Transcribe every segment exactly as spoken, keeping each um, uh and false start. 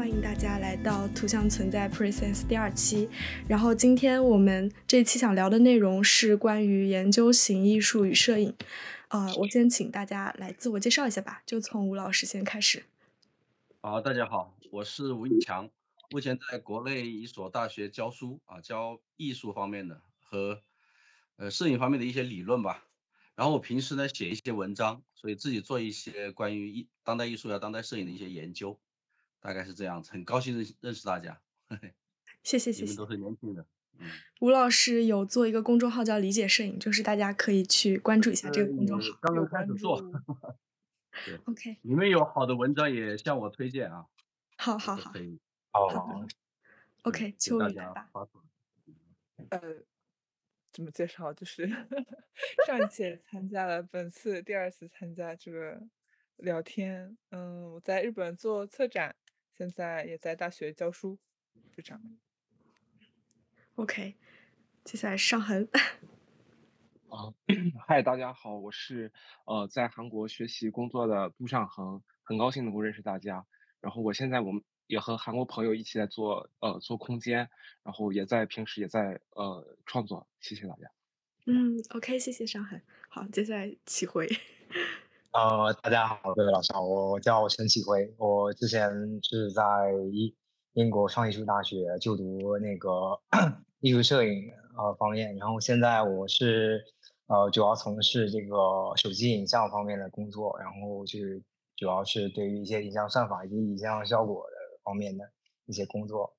迎大家来到图像存在 Presence 第二期。然后今天我们这期想聊的内容是关于研究型艺术与摄影。呃，我先请大家来自我介绍一下吧，就从吴老师先开始。 好，大家好，我是吴以强，目前在国内一所大学教书啊，教艺术方面的和呃摄影方面的一些理论吧。然后我平时呢写一些文章，所以自己做一些关于艺当代艺术呀、当代摄影的一些研究，大概是这样子。很高兴认识认识大家，嘿嘿， 谢谢谢谢。 你们都是年轻人，嗯， 吴老师有做一个公众号叫理解摄影，就是大家可以去关注一下这呃， 个公众号。 也刚刚有开始做， 关注。 对， OK， 你们有好的文章也向我推荐啊，我好好好都可以， 好的哦， 嗯， ，OK，秋给大家雨来吧。 发出来。 呃，怎么介绍？就是上一次也参加了，本次第二次参加这个聊天。嗯，我在日本做策展，现在也在大学教书，就这样。 OK，接下来是上恒。 啊，嗨，大家好，我是呃在韩国学习工作的杜尚恒，很高兴能够认识大家。然后我现在我们也和韩国朋友一起在做呃做空间，然后也在平时也在呃创作，谢谢大家。 嗯，OK，谢谢上恒。好，接下来启回。 呃，大家好，各位老师好，我叫陈启辉，我之前是在英英国创意艺术大学就读那个艺术摄影呃方面，然后现在我是呃主要从事这个手机影像方面的工作，然后就是主要是对于一些影像算法以及影像效果的方面的一些工作。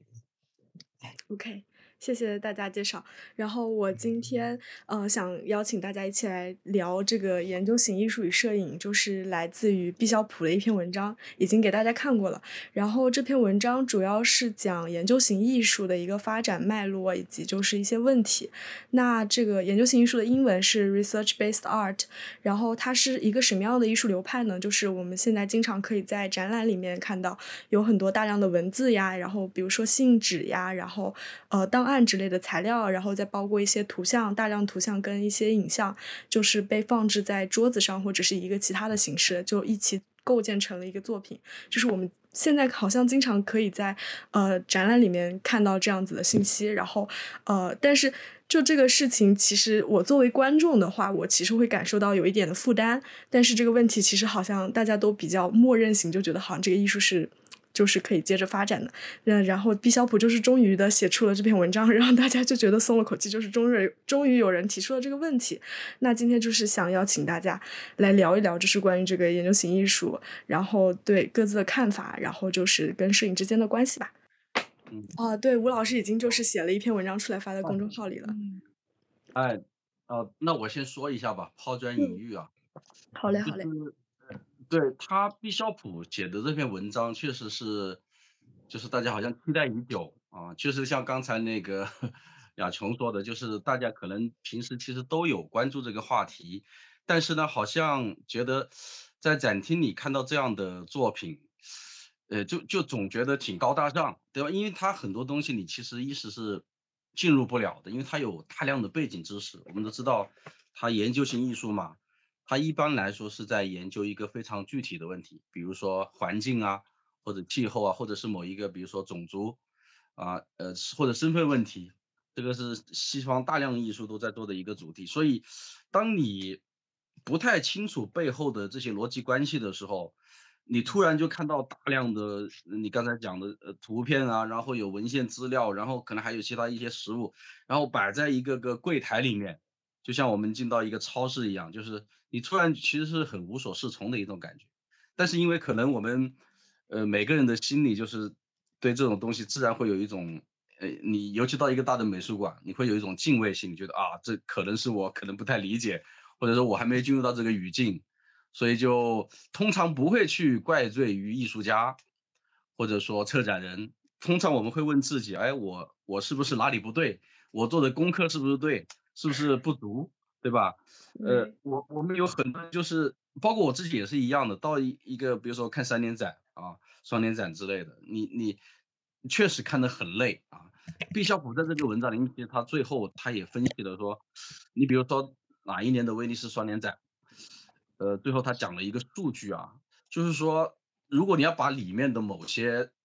OK，谢谢大家介绍。然后我今天呃想邀请大家一起来聊这个研究型艺术与摄影，就是来自于毕肖普的一篇文章，已经给大家看过了。然后这篇文章主要是讲研究型艺术的一个发展脉络以及就是一些问题。那这个研究型艺术的英文是 research-based art，然后它是一个什么样的艺术流派呢？就是我们现在经常可以在展览里面看到有很多大量的文字呀，然后比如说信纸呀，然后呃档案之类的材料，然后再包括一些图像，大量图像跟一些影像，就是被放置在桌子上或者是一个其他的形式，就一起构建成了一个作品。就是我们现在好像经常可以在呃展览里面看到这样子的信息，然后呃，但是就这个事情，其实我作为观众的话，我其实会感受到有一点的负担。但是这个问题其实好像大家都比较默认型，就觉得好像这个艺术是就是可以接着发展的。嗯，然后毕肖普就是终于的写出了这篇文章，让大家就觉得松了口气，就是终于终于有人提出了这个问题。那今天就是想邀请大家来聊一聊，就是关于这个研究型艺术，然后对各自的看法，然后就是跟摄影之间的关系吧。 嗯， 哦，对，吴老师已经就是写了一篇文章出来发在公众号里了。 嗯， 哎，呃，那我先说一下吧，抛砖引嗯， 玉啊， 好嘞， 就是好嘞。 对他毕肖普写的这篇文章，确实是，就是大家好像期待已久啊，确实像刚才那个亚琼说的，就是大家可能平时其实都有关注这个话题，但是呢，好像觉得在展厅里看到这样的作品，呃，就就总觉得挺高大上，对吧？因为它很多东西你其实一时是进入不了的，因为它有大量的背景知识。我们都知道，它研究型艺术嘛，它一般来说是在研究一个非常具体的问题，比如说环境啊，或者气候啊，或者是某一个比如说种族啊，呃，或者身份问题，这个是西方大量艺术都在做的一个主题。所以，当你不太清楚背后的这些逻辑关系的时候，你突然就看到大量的呃你刚才讲的呃图片啊，然后有文献资料，然后可能还有其他一些实物，然后摆在一个个柜台里面，就像我们进到一个超市一样，就是你突然其实是很无所适从的一种感觉。但是因为可能我们呃每个人的心里就是对这种东西自然会有一种呃你尤其到一个大的美术馆，你会有一种敬畏心，你觉得啊这可能是我可能不太理解，或者说我还没进入到这个语境，所以就通常不会去怪罪于艺术家，或者说策展人。通常我们会问自己，哎，我我是不是哪里不对？我做的功课是不是对？是不是不足？对吧？呃， 对， 我我们有很多就是包括我自己也是一样的，到一一个比如说看三联展啊、双年展之类的，你你确实看得很累啊。毕肖普在这个文章里面，其实他最后他也分析了说，你比如说哪一年的威尼斯双年展，呃，最后他讲了一个数据啊，就是说，如果你要把里面的某些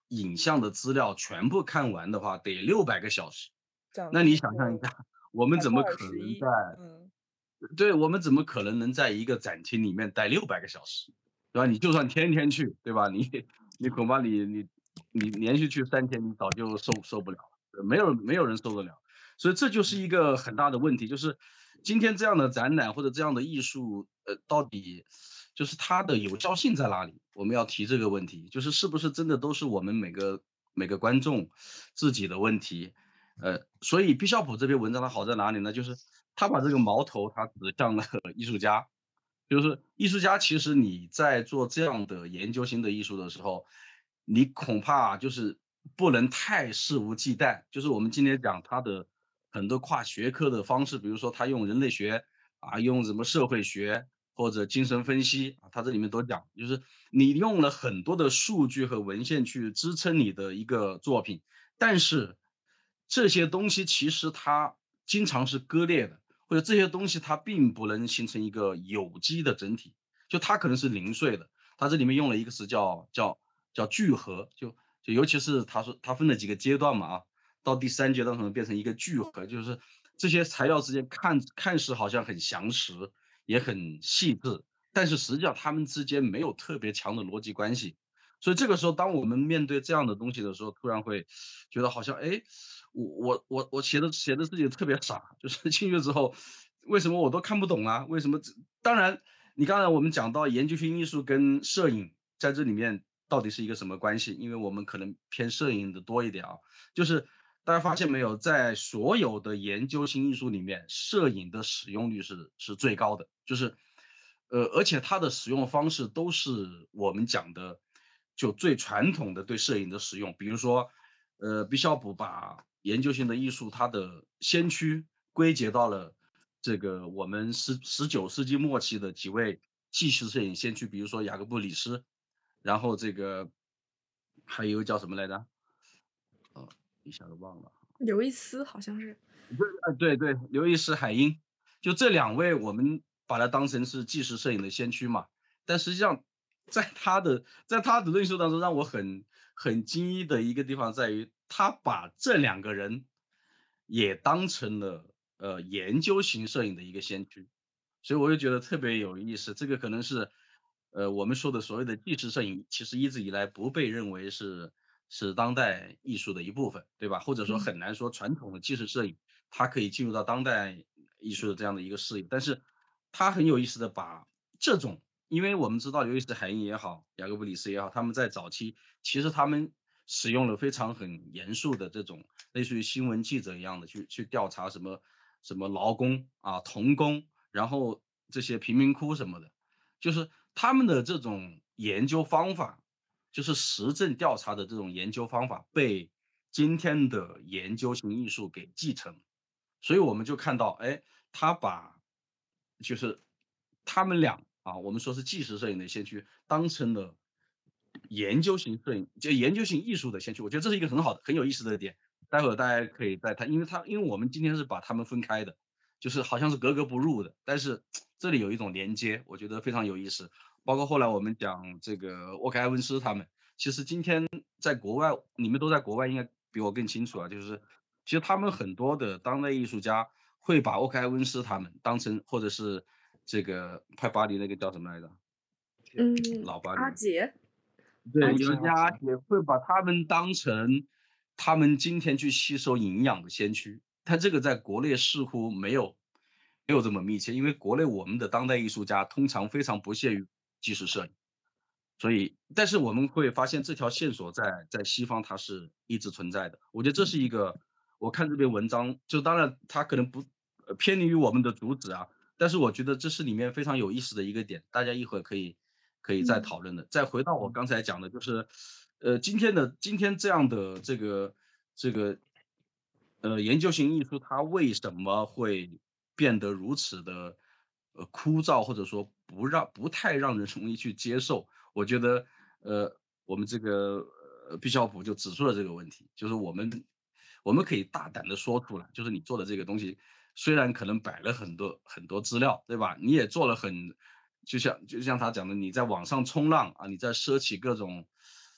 影像的资料全部看完的话，得六百个小时。 讲了那你想象一下，我们怎么卡塔尔可能在十一，嗯， 对，我们怎么可能能在一个展厅里面待六百个小时，对吧？你就算天天去，对吧？你你恐怕你你你连续去三天，你早就受受不了了，没有没有人受得了。所以这就是一个很大的问题，就是今天这样的展览或者这样的艺术，呃，到底就是它的有效性在哪里？我们要提这个问题，就是是不是真的都是我们每个每个观众自己的问题？呃，所以毕肖普这篇文章它好在哪里呢？就是他把这个矛头他指向了艺术家，就是艺术家，其实你在做这样的研究型的艺术的时候，你恐怕就是不能太肆无忌惮。就是我们今天讲他的很多跨学科的方式，比如说他用人类学啊，用什么社会学或者精神分析啊，他这里面都讲，就是你用了很多的数据和文献去支撑你的一个作品，但是这些东西其实它经常是割裂的。或者这些东西它并不能形成一个有机的整体，就它可能是零碎的。它这里面用了一个词叫叫叫聚合，就就尤其是他说他分了几个阶段嘛啊，到第三阶段可能变成一个聚合，就是这些材料之间看看似好像很详实，也很细致，但是实际上它们之间没有特别强的逻辑关系。所以这个时候，当我们面对这样的东西的时候，突然会觉得好像，哎，我我我我写的写的自己特别傻，就是进去之后，为什么我都看不懂啊？为什么这？当然，你刚才我们讲到研究型艺术跟摄影在这里面到底是一个什么关系？因为我们可能偏摄影的多一点啊，就是大家发现没有，在所有的研究型艺术里面，摄影的使用率是是最高的，就是呃，而且它的使用方式都是我们讲的就最传统的对摄影的使用，比如说，呃，毕肖普把研究型的艺术它的先驱归结到了这个我们十十九世纪末期的几位纪实摄影先驱，比如说雅各布里斯，然后这个还有一个叫什么来着？哦，一下子忘了。 刘易斯好像是。 对，呃，对对，刘易斯、海因，就这两位，我们把它当成是纪实摄影的先驱嘛。但实际上，在他的在他的论述当中，让我很很惊异的一个地方在于，他把这两个人也当成了呃研究型摄影的一个先驱，所以我就觉得特别有意思。这个可能是呃我们说的所谓的纪实摄影，其实一直以来不被认为是是当代艺术的一部分，对吧？或者说嗯很难说传统的纪实摄影。它可以进入到当代艺术的这样的一个视野，但是它很有意思的把这种，因为我们知道，尤其是海因也好，雅各布里斯也好，他们在早期其实他们使用了非常很严肃的这种类似于新闻记者一样的去去调查什么什么劳工啊、童工，然后这些贫民窟什么的，就是他们的这种研究方法，就是实证调查的这种研究方法被今天的研究型艺术给继承。所以我们就看到，哎，他把就是他们俩啊，我们说是纪实摄影的先驱，当成了研究型摄影，就研究型艺术的先驱。我觉得这是一个很好的、很有意思的点。待会儿大家可以再谈，因为他因为我们今天是把他们分开的，就是好像是格格不入的，但是这里有一种连接，我觉得非常有意思。包括后来我们讲这个沃克埃文斯他们，其实今天在国外，你们都在国外，应该比我更清楚啊，就是其实他们很多的当代艺术家会把沃克埃文斯他们当成，或者是这个拍巴黎那个叫什么来着？ 嗯， 老巴黎。 阿杰。 对， 阿有杰家也会把他们当成他们今天去吸收营养的先驱，但这个在国内似乎没有没有这么密切，因为国内我们的当代艺术家通常非常不屑于纪实摄影，所以但是我们会发现这条线索在在西方它是一直存在的。我觉得这是一个，我看这篇文章，就当然它可能不呃偏离于我们的主旨啊，但是我觉得这是里面非常有意思的一个点，大家一会儿可以可以再嗯讨论的。再回到我刚才讲的，就是呃今天的今天这样的这个这个呃研究型艺术，它为什么会变得如此的呃枯燥，或者说不让不太让人容易去接受？我觉得呃我们这个呃毕肖普就指出了这个问题，就是我们我们可以大胆的说出来，就是你做的这个东西，虽然可能摆了很多很多资料，对吧？你也做了很，就像就像他讲的，你在网上冲浪啊，你在奢侈各种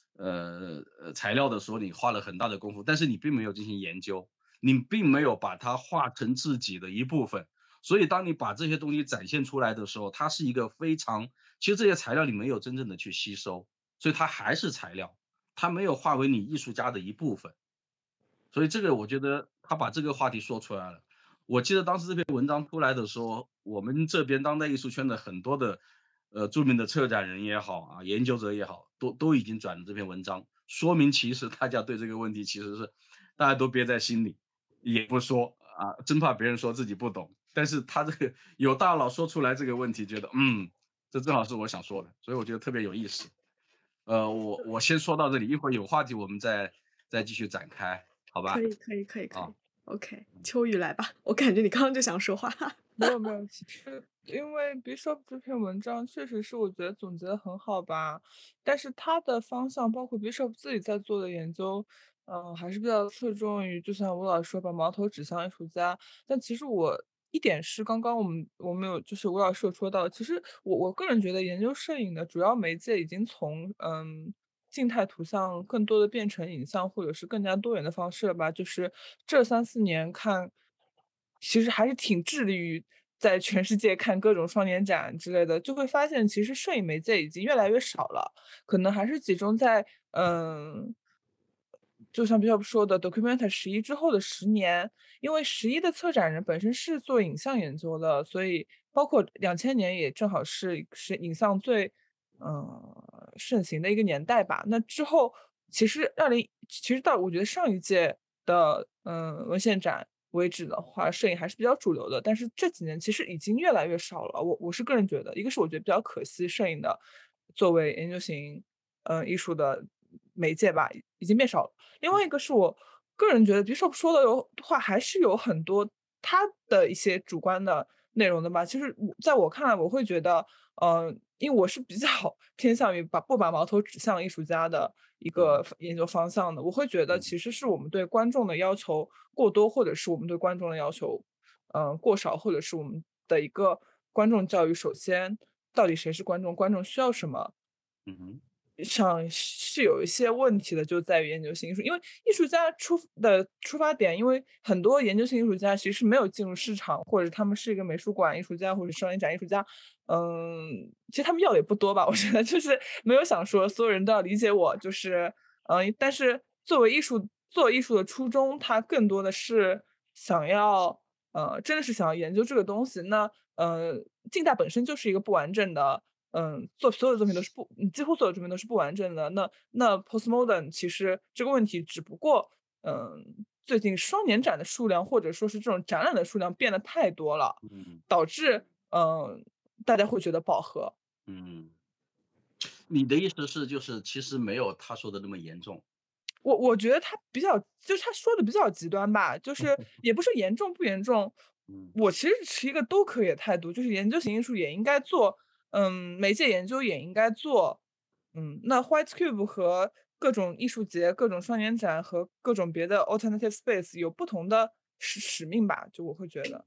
呃呃材料的时候，你花了很大的功夫，但是你并没有进行研究，你并没有把它化成自己的一部分。所以当你把这些东西展现出来的时候，它是一个非常其实这些材料你没有真正的去吸收，所以它还是材料，它没有化为你艺术家的一部分。所以这个我觉得他把这个话题说出来了。我记得当时这篇文章出来的时候，我们这边当代艺术圈的很多的，呃，著名的策展人也好啊，研究者也好，都都已经转了这篇文章，说明其实大家对这个问题其实是大家都憋在心里，也不说啊，真怕别人说自己不懂。但是他这个有大佬说出来这个问题，觉得嗯，这正好是我想说的，所以我觉得特别有意思。呃，我我先说到这里，一会儿有话题我们再再继续展开，好吧？ 可以，可以，可以，可以。 啊， OK，秋雨来吧，我感觉你刚刚就想说话。 没有没有，其实因为 Bishop 这篇文章确实是我觉得总结的很好吧，但是他的方向，包括 Bishop 自己在做的研究，嗯、还是比较侧重于，就像吴老师说，把矛头指向艺术家。但其实我一点是刚刚我们我们有就是吴老师有说到，其实我我个人觉得研究摄影的主要媒介已经从嗯。静态图像更多的变成影像，或者是更加多元的方式了吧？就是这三四年看，其实还是挺致力于在全世界看各种双年展之类的，就会发现其实摄影媒介已经越来越少了，可能还是集中在嗯。就像 Bishop 说的 ，Documenta 十一之后的十年，因为十一的策展人本身是做影像研究的，所以包括两千年也正好是是影像最嗯盛行的一个年代吧。那之后，其实二零其实到我觉得上一届的嗯文献展为止的话，摄影还是比较主流的，但是这几年其实已经越来越少了。我我是个人觉得，一个是我觉得比较可惜，摄影的作为研究型嗯艺术的媒介吧，已经变少了。另外一个是我个人觉得 Bishop 说的有话还是有很多他的一些主观的内容的吧。其实我在我看来，我会觉得，呃，因为我是比较偏向于把不把矛头指向艺术家的一个研究方向的，我会觉得其实是我们对观众的要求过多，或者是我们对观众的要求，嗯、呃，过少，或者是我们的一个观众教育，首先到底谁是观众，观众需要什么， 嗯哼， 上是有一些问题的，就在于研究性艺术，因为艺术家出的出发点，因为很多研究性艺术家其实没有进入市场，或者他们是一个美术馆艺术家或者双年展艺术家，嗯，其实他们要的也不多吧，我觉得就是没有想说所有人都要理解我，就是嗯，但是作为艺术做艺术的初衷，它更多的是想要呃，真的是想要研究这个东西，那呃，近代本身就是一个不完整的。嗯，做所有的作品都是不，几乎所有作品都是不完整的。那那 postmodern 其实这个问题只不过，嗯，最近双年展的数量或者说是这种展览的数量变得太多了， 嗯导致嗯大家会觉得饱和。 嗯，你的意思是就是其实没有他说的那么严重。 我我觉得他比较，就是他说的比较极端吧，就是也不是严重不严重， 嗯我其实持一个都可以的态度，就是研究型艺术也应该做，嗯，媒介研究也应该做，嗯，那 White Cube 和各种艺术节、各种双年展和各种别的 alternative space 有不同的使使命吧，就我会觉得，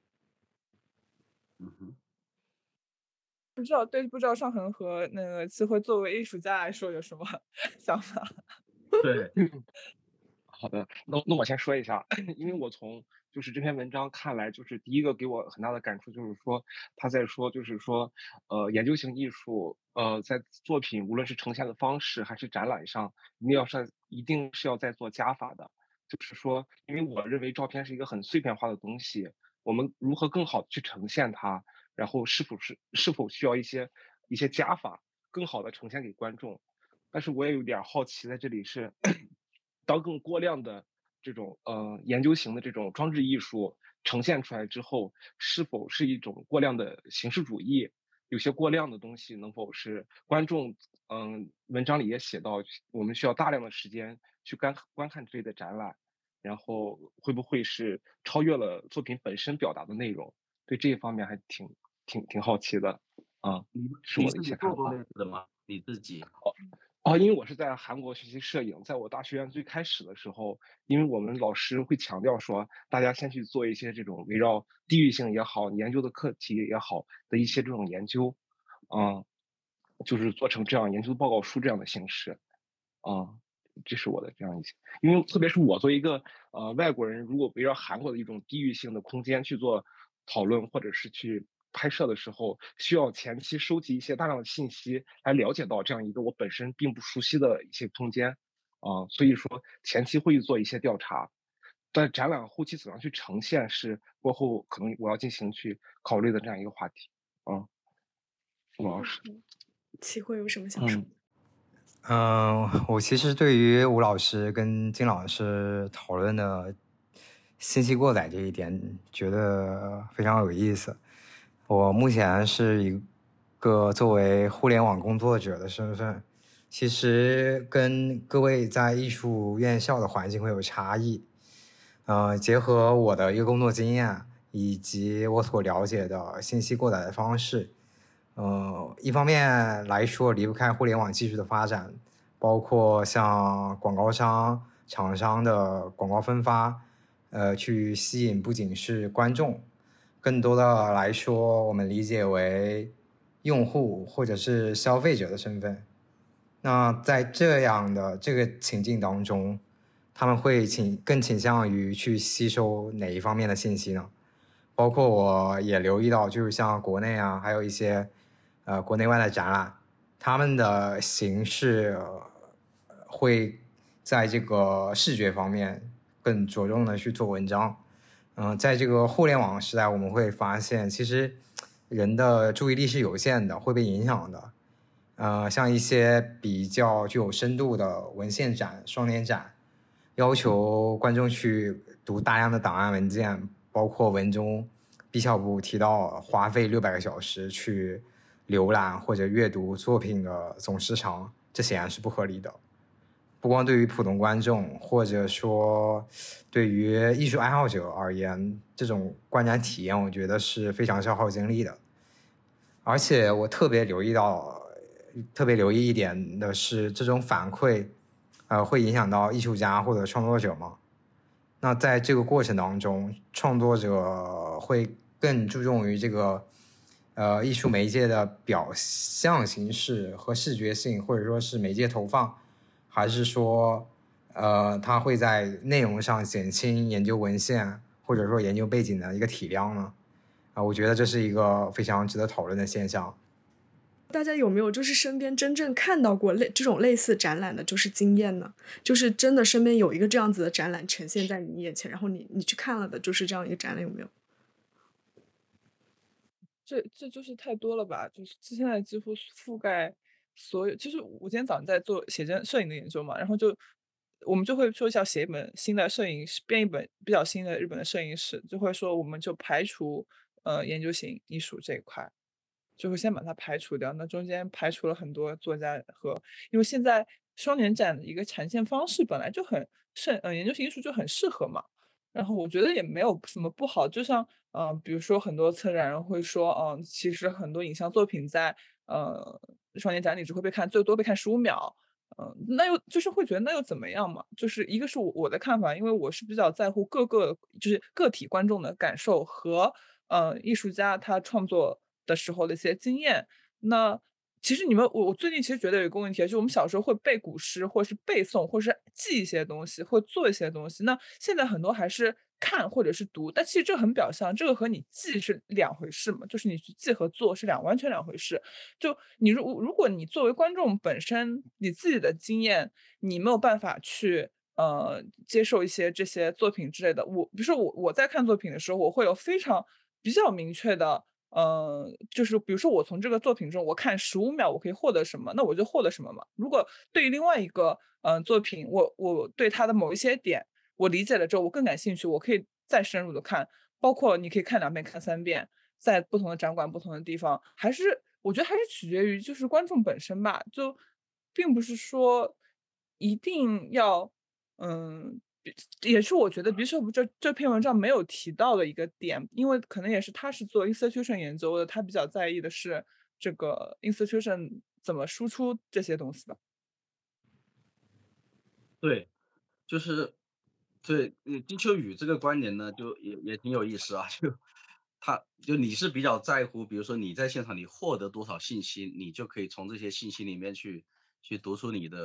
嗯哼， 不知道对不知道上恒和那个智慧作为艺术家来说有什么想法？ 对， 好的，那那我先说一下，因为我从就是这篇文章看来，就是第一个给我很大的感触，就是说他在说，就是说，呃，研究型艺术，呃，在作品无论是呈现的方式还是展览上，一定要是一定是要在做加法的。就是说，因为我认为照片是一个很碎片化的东西，我们如何更好的去呈现它，然后是否是是否需要一些一些加法，更好的呈现给观众。但是我也有点好奇，在这里是当更过量的这种呃研究型的这种装置艺术呈现出来之后，是否是一种过量的形式主义？有些过量的东西能否是观众？嗯，文章里也写到，我们需要大量的时间去观观看这类的展览，然后会不会是超越了作品本身表达的内容？对这一方面还挺挺挺好奇的，啊， 你是我的一你自己些看法。 做过类似的吗？你自己？ 哦，因为我是在韩国学习摄影，在我大学院最开始的时候，因为我们老师会强调说，大家先去做一些这种围绕地域性也好、研究的课题也好的一些这种研究，嗯，就是做成这样研究报告书这样的形式。 啊、这是我的这样一些，因为特别是我作为一个呃外国人，如果围绕韩国的一种地域性的空间去做讨论或者是去拍摄的时候，需要前期收集一些大量的信息，来了解到这样一个我本身并不熟悉的一些空间啊、所以说前期会做一些调查，但展览后期怎样去呈现是过后可能我要进行去考虑的这样一个话题啊，吴老师。 齐慧有什么想说的？ 嗯，我其实对于吴老师跟金老师讨论的信息过载这一点，觉得非常有意思。我目前是一个作为互联网工作者的身份，其实跟各位在艺术院校的环境会有差异。呃，结合我的一个工作经验以及我所了解的信息过载的方式，呃，一方面来说离不开互联网技术的发展，包括像广告商、厂商的广告分发，呃，去吸引不仅是观众，更多的来说，我们理解为用户或者是消费者的身份。那在这样的这个情境当中，他们会倾更倾向于去吸收哪一方面的信息呢？包括我也留意到，就是像国内啊，还有一些呃国内外的展览，他们的形式、呃会在这个视觉方面更着重的去做文章。嗯、呃，在这个互联网时代，我们会发现，其实人的注意力是有限的，会被影响的。呃，像一些比较具有深度的文献展、双年展，要求观众去读大量的档案文件，包括文中毕肖普提到花费六百个小时去浏览或者阅读作品的总时长，这显然是不合理的。不光对于普通观众，或者说对于艺术爱好者而言，这种观展体验，我觉得是非常消耗精力的。而且我特别留意到，特别留意一点的是，这种反馈，呃，会影响到艺术家或者创作者吗？那在这个过程当中，创作者会更注重于这个，呃，艺术媒介的表象形式和视觉性，或者说是媒介投放，还是说，呃，他会在内容上减轻研究文献或者说研究背景的一个体量呢？啊，我觉得这是一个非常值得讨论的现象。 大家有没有就是身边真正看到过类这种类似展览的，就是经验呢？就是真的身边有一个这样子的展览呈现在你眼前，然后你你去看了的，就是这样一个展览，有没有？ 这这就是太多了吧？就是现在几乎覆盖所有。其实我今天早上在做写真摄影的研究嘛，然后就我们就会说要写一本新的摄影史，编一本比较新的日本的摄影史，就会说我们就排除呃研究型艺术这一块，就会先把它排除掉。那中间排除了很多作家和，因为现在双年展的一个呈现方式本来就很适，呃，研究型艺术就很适合嘛。然后我觉得也没有什么不好，就像呃，比如说很多策展人会说，嗯、其实很多影像作品在呃双年展里只会被看最多被看十五秒，嗯、那又就是会觉得那又怎么样嘛？就是一个是我我的看法，因为我是比较在乎各个就是个体观众的感受和呃艺术家他创作的时候的一些经验。那其实你们我我最近其实觉得有一个问题，就是我们小时候会背古诗，或是背诵，或是记一些东西，或做一些东西。那现在很多还是看或者是读，但其实这很表象，这个和你记是两回事嘛，就是你去记和做是两完全两回事。就你如如果你作为观众本身，你自己的经验，你没有办法去呃接受一些这些作品之类的。我比如说我我在看作品的时候，我会有非常比较明确的。呃，就是比如说我从这个作品中，我看十五秒我可以获得什么，那我就获得什么嘛。如果对于另外一个呃作品，我我对它的某一些点我理解了之后，我更感兴趣，我可以再深入的看，包括你可以看两遍、看三遍，在不同的展馆、不同的地方，还是我觉得还是取决于就是观众本身吧，就并不是说一定要嗯。也是我觉得 Bishop 这这篇文章没有提到的一个点，因为可能也是他是做 institution 研究的，他比较在意的是这个 institution 怎么输出这些东西吧。 对，就是对，呃，金秋雨这个观点呢，就也也挺有意思啊。就他就你是比较在乎，比如说你在现场你获得多少信息，你就可以从这些信息里面去去读出你的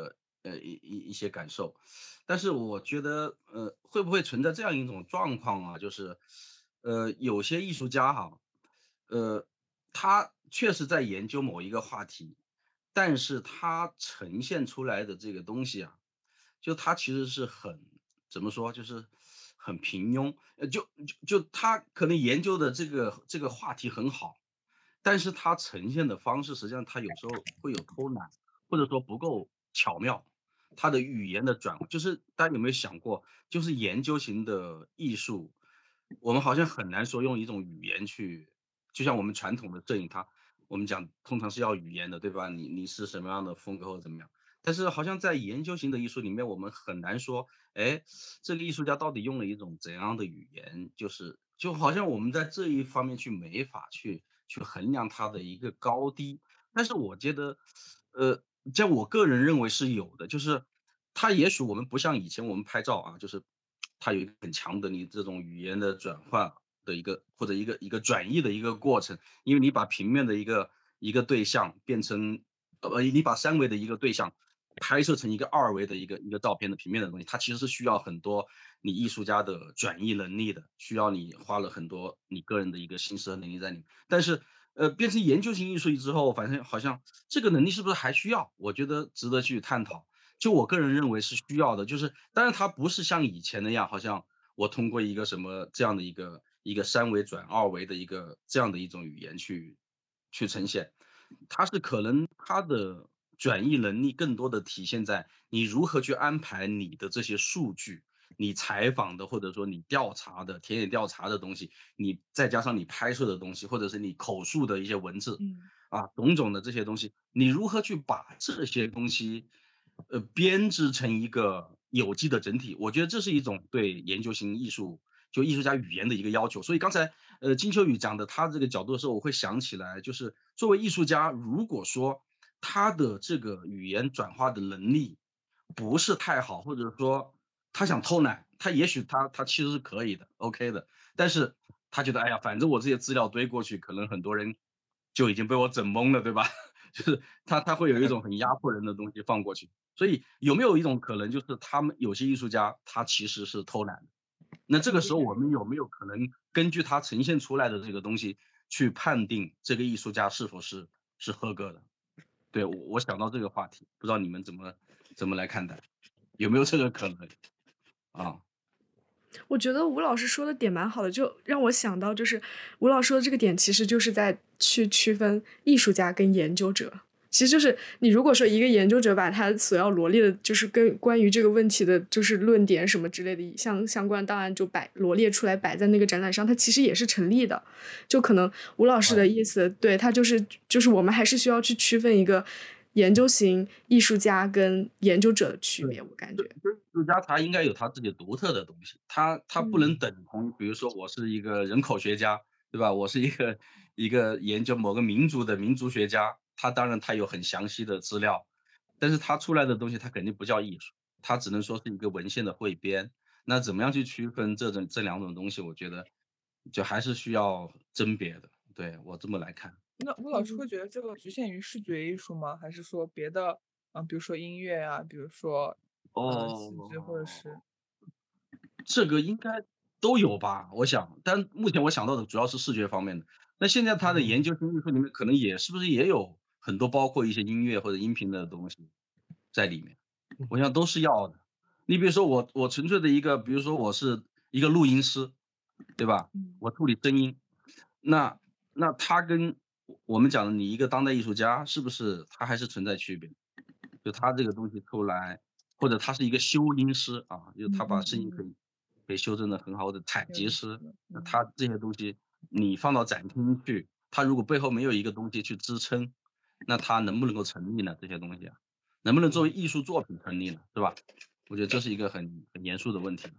呃一一一些感受。但是我觉得，呃，会不会存在这样一种状况啊？就是，呃，有些艺术家哈，呃，他确实在研究某一个话题，但是他呈现出来的这个东西啊，就他其实是很怎么说，就是很平庸。呃，就就就他可能研究的这个这个话题很好，但是他呈现的方式实际上他有时候会有偷懒，或者说不够巧妙。他的语言的转换，就是大家有没有想过，就是研究型的艺术，我们好像很难说用一种语言去，就像我们传统的摄影，它我们讲通常是要语言的，对吧？你你是什么样的风格或者怎么样？但是好像在研究型的艺术里面，我们很难说，哎，这个艺术家到底用了一种怎样的语言？就是就好像我们在这一方面去没法去去衡量它的一个高低。但是我觉得，呃，在我个人认为是有的，就是它也许我们不像以前我们拍照啊，就是它有一个很强的你这种语言的转换的一个或者一个一个转译的一个过程，因为你把平面的一个一个对象变成，呃，你把三维的一个对象拍摄成一个二维的一个一个照片的平面的东西，它其实是需要很多你艺术家的转译能力的，需要你花了很多你个人的一个心思和能力在里面。但是，呃，变成研究型艺术之后，反正好像这个能力是不是还需要？我觉得值得去探讨。就我个人认为是需要的，就是当然它不是像以前那样，好像我通过一个什么这样的一个一个三维转二维的一个这样的一种语言去去呈现，它是可能它的转译能力更多的体现在你如何去安排你的这些数据，你采访的或者说你调查的田野调查的东西，你再加上你拍摄的东西，或者是你口述的一些文字， 嗯啊，种种的这些东西，你如何去把这些东西，呃，编织成一个有机的整体？我觉得这是一种对研究型艺术，就艺术家语言的一个要求。所以刚才，呃，金秋雨讲的他这个角度的时候，我会想起来，就是作为艺术家，如果说他的这个语言转化的能力不是太好，或者说他想偷懒，他也许他他其实是可以的，OK 的，但是他觉得，哎呀，反正我这些资料堆过去，可能很多人就已经被我整懵了，对吧？就是他他会有一种很压迫人的东西放过去。所以有没有一种可能，就是他们有些艺术家他其实是偷懒的？那这个时候我们有没有可能根据他呈现出来的这个东西去判定这个艺术家是否是是合格的？对，我我想到这个话题，不知道你们怎么怎么来看待？有没有这个可能？啊， 我觉得吴老师说的点蛮好的，就让我想到，就是吴老师说的这个点，其实就是在去区分艺术家跟研究者。其实就是你如果说一个研究者把他所要罗列的，就是跟关于这个问题的，就是论点什么之类的相相关档案就摆罗列出来摆在那个展览上，它其实也是成立的。就可能吴老师的意思，对他就是就是我们还是需要去区分一个研究型艺术家跟研究者的区别，我感觉。 艺术家他应该有他自己独特的东西，他他不能等同，比如说我是一个人口学家，对吧？我是一个一个研究某个民族的民族学家，他当然他有很详细的资料，但是他出来的东西他肯定不叫艺术，他只能说是一个文献的汇编。那怎么样去区分这种这两种东西？我觉得就还是需要甄别的，对，我这么来看。 那吴老师会觉得这个局限于视觉艺术吗？还是说别的，嗯、比如说音乐啊，比如说，呃，戏剧或者哦， 是， 这个应该都有吧，我想，但目前我想到的主要是视觉方面的。那现在他的研究生艺术里面可能也是不是也有很多包括一些音乐或者音频的东西在里面？我想都是要的。你比如说我我纯粹的一个，比如说我是一个录音师，对吧？ 嗯我处理声音，那那他跟我们讲的你一个当代艺术家，是不是他还是存在区别？就他这个东西出来，或者他是一个修音师啊，就他把嗯嗯嗯， 声音可以可以修正的很好的采有集师， 意思，嗯那他这些东西你放到展厅去，他如果背后没有一个东西去支撑，那他能不能够成立呢？这些东西啊，能不能作为艺术作品成立呢？是吧？我觉得这是一个很很严肃的问题。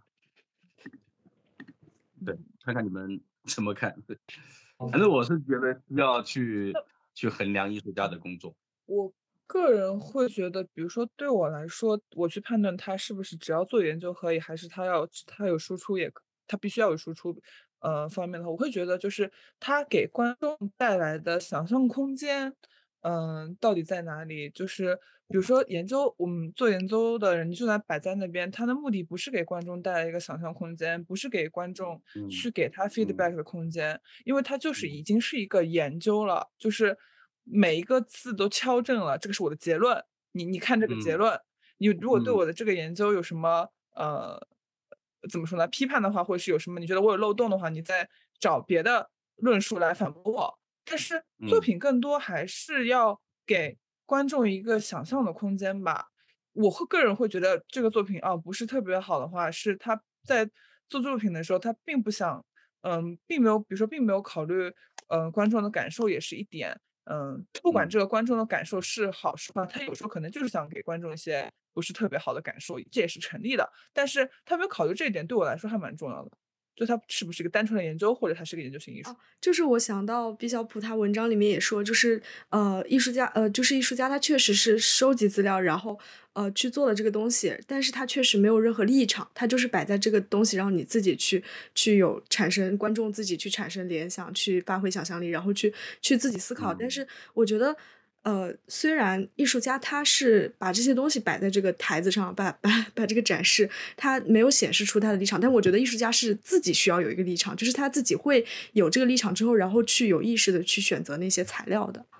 对， 嗯。 看看你们怎么看。对， 嗯反正我是觉得需要去那去衡量艺术家的工作。 我个人会觉得，比如说对我来说，我去判断他是不是只要做研究可以，还是他要他有输出也可，他必须要有输出，呃方面的话，我会觉得就是他给观众带来的想象空间， 嗯，到底在哪里？就是比如说研究，我们做研究的人就算摆在那边，他的目的不是给观众带来一个想象空间，不是给观众嗯去给他嗯 feedback 的空间，因为它就是已嗯经是一个研究了，就是每一个字都敲正了，这个是我的结论。你你看这个结嗯论，你如果对嗯我的这个研究有什么呃怎么说呢批判的话，或者是有什么你觉得我有漏洞的话，你再找别的论述来反驳我。但是作嗯品更多还是要给观众一个想象的空间吧。我会个人会觉得这个作品啊不是特别好的话，是他在做作品的时候，他并不想，嗯，并没有，比如说并没有考虑，呃，观众的感受也是一点。嗯，不管嗯。 这个观众的感受是好是坏，他有时候可能就是想给观众一些不是特别好的感受，这也是成立的。但是他没有考虑这一点，对我来说还蛮重要的。就他是不是一个单纯的研究，或者他是个研究性艺术。 哦，就是我想到毕晓普他文章里面也说，就是呃，艺术家呃，就是艺术家他确实是收集资料，然后呃去做了这个东西，但是他确实没有任何立场，他就是摆在这个东西，让你自己去去有产生观众自己去产生联想，去发挥想象力，然后去去自己思考。但嗯是我觉得。呃，虽然艺术家他是把这些东西摆在这个台子上，把把把这个展示，他没有显示出他的立场，但我觉得艺术家是自己需要有一个立场，就是他自己会有这个立场之后，然后去有意识的去选择那些材料的。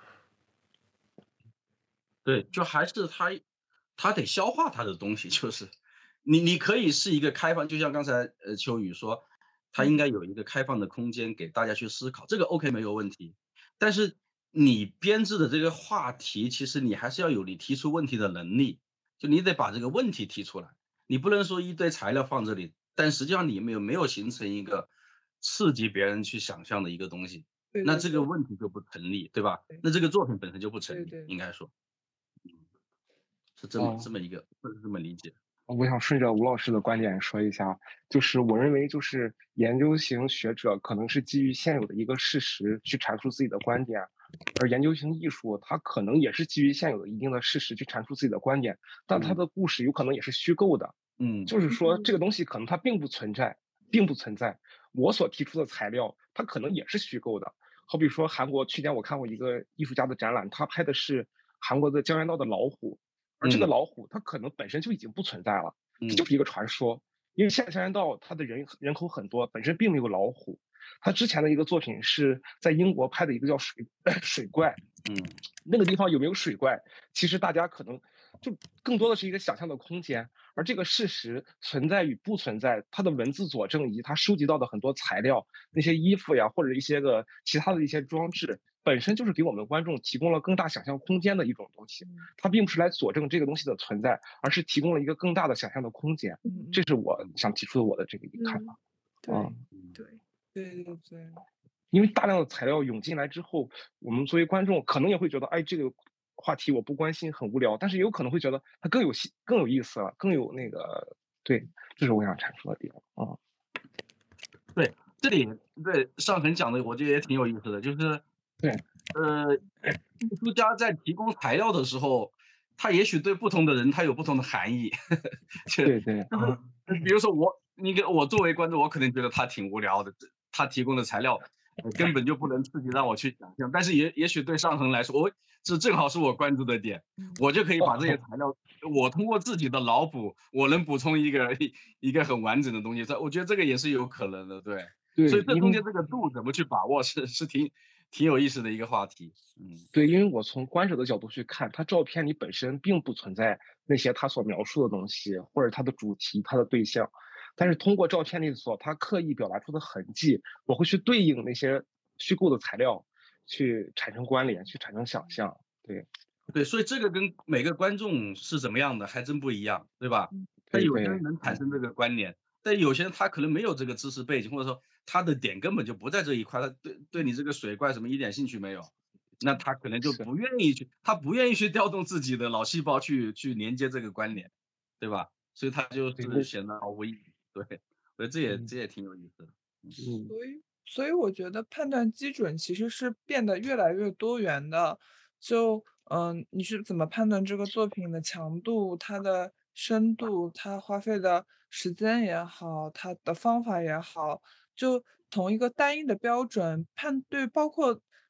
对，就还是他他得消化他的东西，就是你你可以是一个开放，就像刚才呃秋雨说，他应嗯该有一个开放的空间给大家去思考，这个 OK 没有问题。但是你编制的这个话题，其实你还是要有你提出问题的能力，就你得把这个问题提出来，你不能说一堆材料放这里，但实际上你没有没有形成一个刺激别人去想象的一个东西，那这个对对对问题就不成立，对吧？ 对那这个作品本身就不成立， 对对。 应该说。是这么这哦， 么一个，或者是这么理解。 我想顺着吴老师的观点说一下，就是我认为就是研究型学者可能是基于现有的一个事实去阐述自己的观点，而研究型艺术它可能也是基于现有的一定的事实去阐述自己的观点，但它嗯的故事有可能也是虚构的， 嗯就是说这个嗯东西可能它并不存在，并不存在。我所提出的材料，它可能也是虚构的。好比说韩国去年我看过一个艺术家的展览，他拍的是韩国的江原道的老虎，而这个嗯老虎它可能本身就已经不存在了，这就嗯是一个传说。因为现在江原道它的人人口很多，本身并没有老虎。他之前的一个作品是在英国拍的一个叫水水怪， 嗯那个地方有没有水怪，其实大家可能就更多的是一个想象的空间。而这个事实存在与不存在，它的文字佐证以及它收集到的很多材料，那些衣服呀，或者一些个其他的一些装置，本身就是给我们观众提供了更大想象空间的一种东西。 嗯它并不是来佐证这个东西的存在，而是提供了一个更大的想象的空间。 嗯嗯这是我想提出的我的这个一个看嗯， 法。 对嗯， 嗯对， 对对对。 因为大量的材料涌进来之后，我们作为观众可能也会觉得，哎，这个话题我不关心，很无聊，但是也有可能会觉得它更有戏、更有意思了，更有那个，对，这是我想阐述的地方啊。 对，这里对上恒讲的，我觉得也挺有意思的，就是对， 呃，艺术家在提供材料的时候，他也许对不同的人他有不同的含义，就对对就是啊， 比如说我，你给我作为观众，我可能觉得他挺无聊的，这他提供的材料呃根本就不能刺激让我去想象，但是也也许对上恒来说，我这正好是我关注的点， 嗯我就可以把这些哦， 材料，我通过自己的脑补，我能补充一个一一个很完整的东西，这我觉得这个也是有可能的，对。所对， 以这因为中间这个度怎么去把握是是挺挺有意思的一个话题。嗯对，因为我从观者的角度去看，他照片里本身并不存在那些他所描述的东西，或者他的主题、他的对象，但是通过照片里所他刻意表达出的痕迹，我会去对应那些虚构的材料，去产生关联，去产生想象。对， 对，所以这个跟每个观众是怎么样的还真不一样，对吧？ 嗯但对对， 有些人能产嗯， 生这个关联，但有些人他可能没有这个知识背景，或者说他的点根本就不在这一块，他对对你这个水怪什么一点兴趣没有，那他可能就是， 不愿意去，他不愿意去调动自己的脑细胞去去连接这个关联，对吧？所以他就对，那是显得毫无意义。对，我觉得这也嗯这也挺有意思的。嗯嗯所以，所以我觉得判断基准其实是变得越来越多元的。就，嗯、你是怎么判断这个作品的强度、它的深度、它花费的时间也好，它的方法也好，就同一个单一的标准判对，包括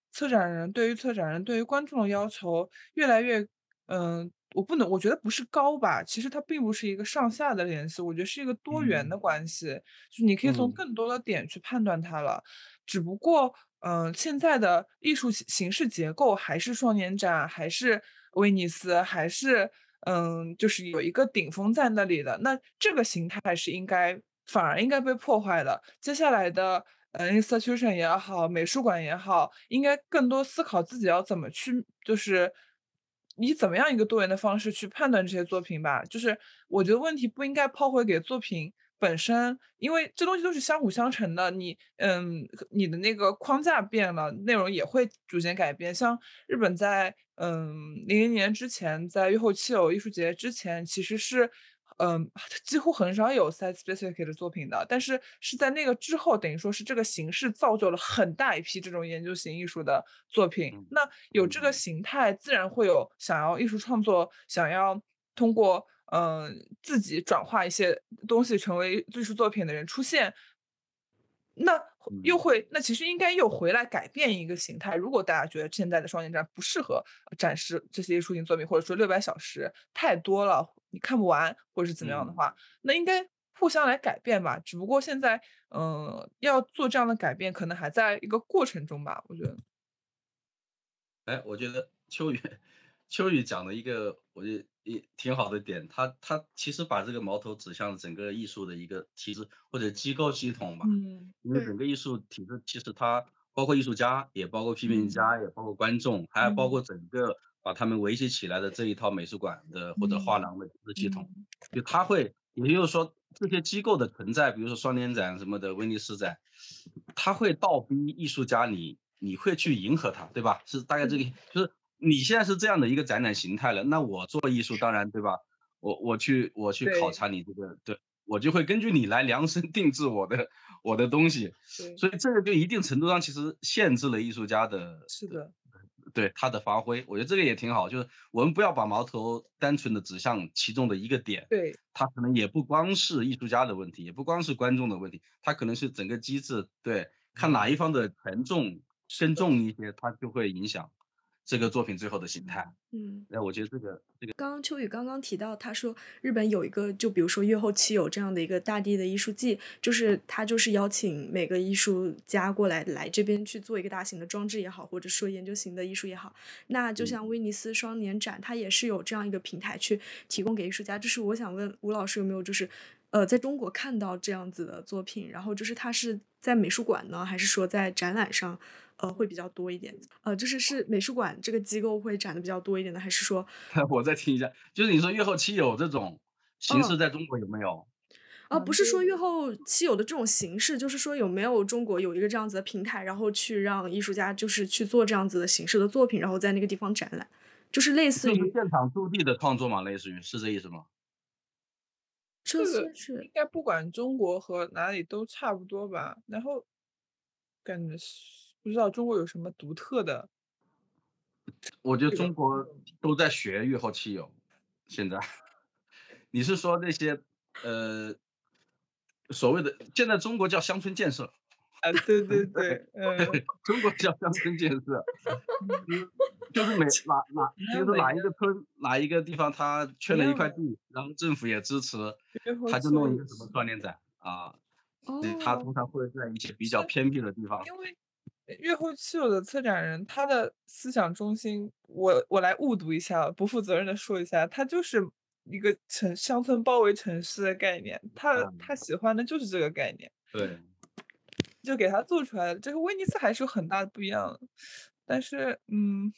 策展人对于策展人对于观众的要求越来越，嗯、我不能，我觉得不是高吧，其实它并不是一个上下的联系，我觉得是一个多元的嗯关系，就是你可以从嗯更多的点去判断它了。只不过，嗯、现在的艺术形形式结构还是双年展，还是威尼斯，还是嗯，就是有一个顶峰在那里的，那这个形态是应该反而应该被破坏的。接下来的呃 institution 也好，美术馆也好，应该更多思考自己要怎么去，就是以怎么样一个多元的方式去判断这些作品吧。就是我觉得问题不应该抛回给作品本身，因为这东西都是相辅相成的。你嗯，你的那个框架变了，内容也会逐渐改变。像日本在嗯零零年之前，在越后妻有艺术节之前，其实是嗯几乎很少有 site specific 的作品的，但是是在那个之后，等于说是这个形式造就了很大一批这种研究型艺术的作品。 嗯那有这个嗯形态，自然会有想要艺术创作，想要通过嗯、呃自己转化一些东西成为艺术作品的人出现。那又嗯会，那其实应该又回来改变一个形态。如果大家觉得现在的双年展不适合呃展示这些艺术性作品，或者说六百小时太多了，你看不完，或者是怎么样的嗯。 话，那应该互相来改变吧。只不过现在，嗯、要做这样的改变，可能还在一个过程中吧。我觉得， 哎，我觉得秋雨秋雨讲了一个我觉得也挺好的点，他他其实把这个矛头指向了整个艺术的一个体制或者机构系统吧。 嗯因为对， 整个艺术体制其实它包括艺术家，也包括批评嗯家，也包括观众，还包嗯括整个把他们维系起来的这一套美术馆的或者画嗯廊的体制系统。 嗯就它会也就是说这些机构的存在，比如说双年展什么的，威尼斯展，它会倒逼艺术家你你会去迎合它，对吧？是大概这个就是你现在是这样的一个展览形态了，那我做艺术当然对吧？我我去我去考对察你这个，对，我就会根据你来量身定制我的我的东西， 对， 所以这个就一定程度上其实限制了艺术家的的是的， 对他的发挥，我觉得这个也挺好，就是我们不要把矛头单纯的指向其中的一个点， 对。 它可能也不光是艺术家的问题，也不光是观众的问题，它可能是整个机制，对，看哪一方的权重更是的， 重一些，它就会影响这个作品最后的形态。 嗯。 那我觉得这个这个刚刚秋雨刚刚提到，他说日本有一个，就比如说月后妻有这样的一个大地的艺术季，就是他就是邀请每个艺术家过来来这边去做一个大型的装置也好，或者说研究型的艺术也好。那就像嗯威尼斯双年展，它也是有这样一个平台去提供给艺术家。就是我想问吴老师有没有就是呃在中国看到这样子的作品，然后就是它是在美术馆呢，还是说在展览上？呃，会比较多一点，呃，就是是美术馆这个机构会展的比较多一点的，还是说， 我再听一下，就是你说月后期有这种形式嗯， 在中国有没有？ 啊，不是说月蛮多的。 后期有的这种形式，就是说有没有中国有一个这样子的平台，然后去让艺术家就是去做这样子的形式的作品，然后在那个地方展览，就是类似就是于现场驻地的创作嘛，类似于是这意思吗？ 这这个算是应该不管中国和哪里都差不多吧。然后感觉是不知道中国有什么独特的我觉得这个中国都在学月后期有，现在你是说那些呃所谓的现在中国叫乡村建设， 啊，对对对，嗯， 中国叫乡村建设， 嗯嗯，就是每哪哪，比如说哪一那每年个村哪一个地方他缺了一一样的块地，然后政府也支持， 月后他就期有弄一个什么也是， 双年展啊，对，他哦， 通常会在一些比较是偏僻的地方， 因为月后期有的策展人，他的思想中心，我我来误读一下，不负责任的说一下，他就是一个城乡村包围城市的概念，他嗯， 他喜欢的就是这个概念。 对。 就给他做出来了。这个威尼斯还是有很大的不一样的，但是，嗯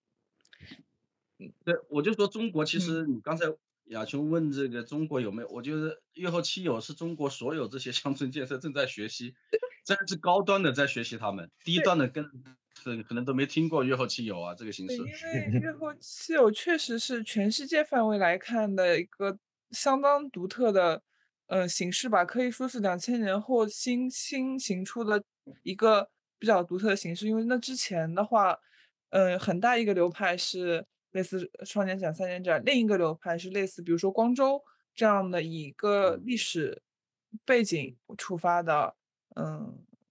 对，我就说中国其嗯， 实你刚才亚琼问这个中国有没有，我觉得月后期有是中国所有这些乡村建设正在学习，真的是高端的在学习他们，低对端的跟可可能都没听过月后期有啊这个形对， 式。 因为月后七友确实是全世界范围来看的一个相当独特的，呃，形式吧，可以说是两千年后新新型出的一个比较独特的形式。因为那之前的话，呃，很大一个流派是类似双年展、三年展，另一个流派是类似比如说光州这样的以一个嗯历史背景出发的，嗯。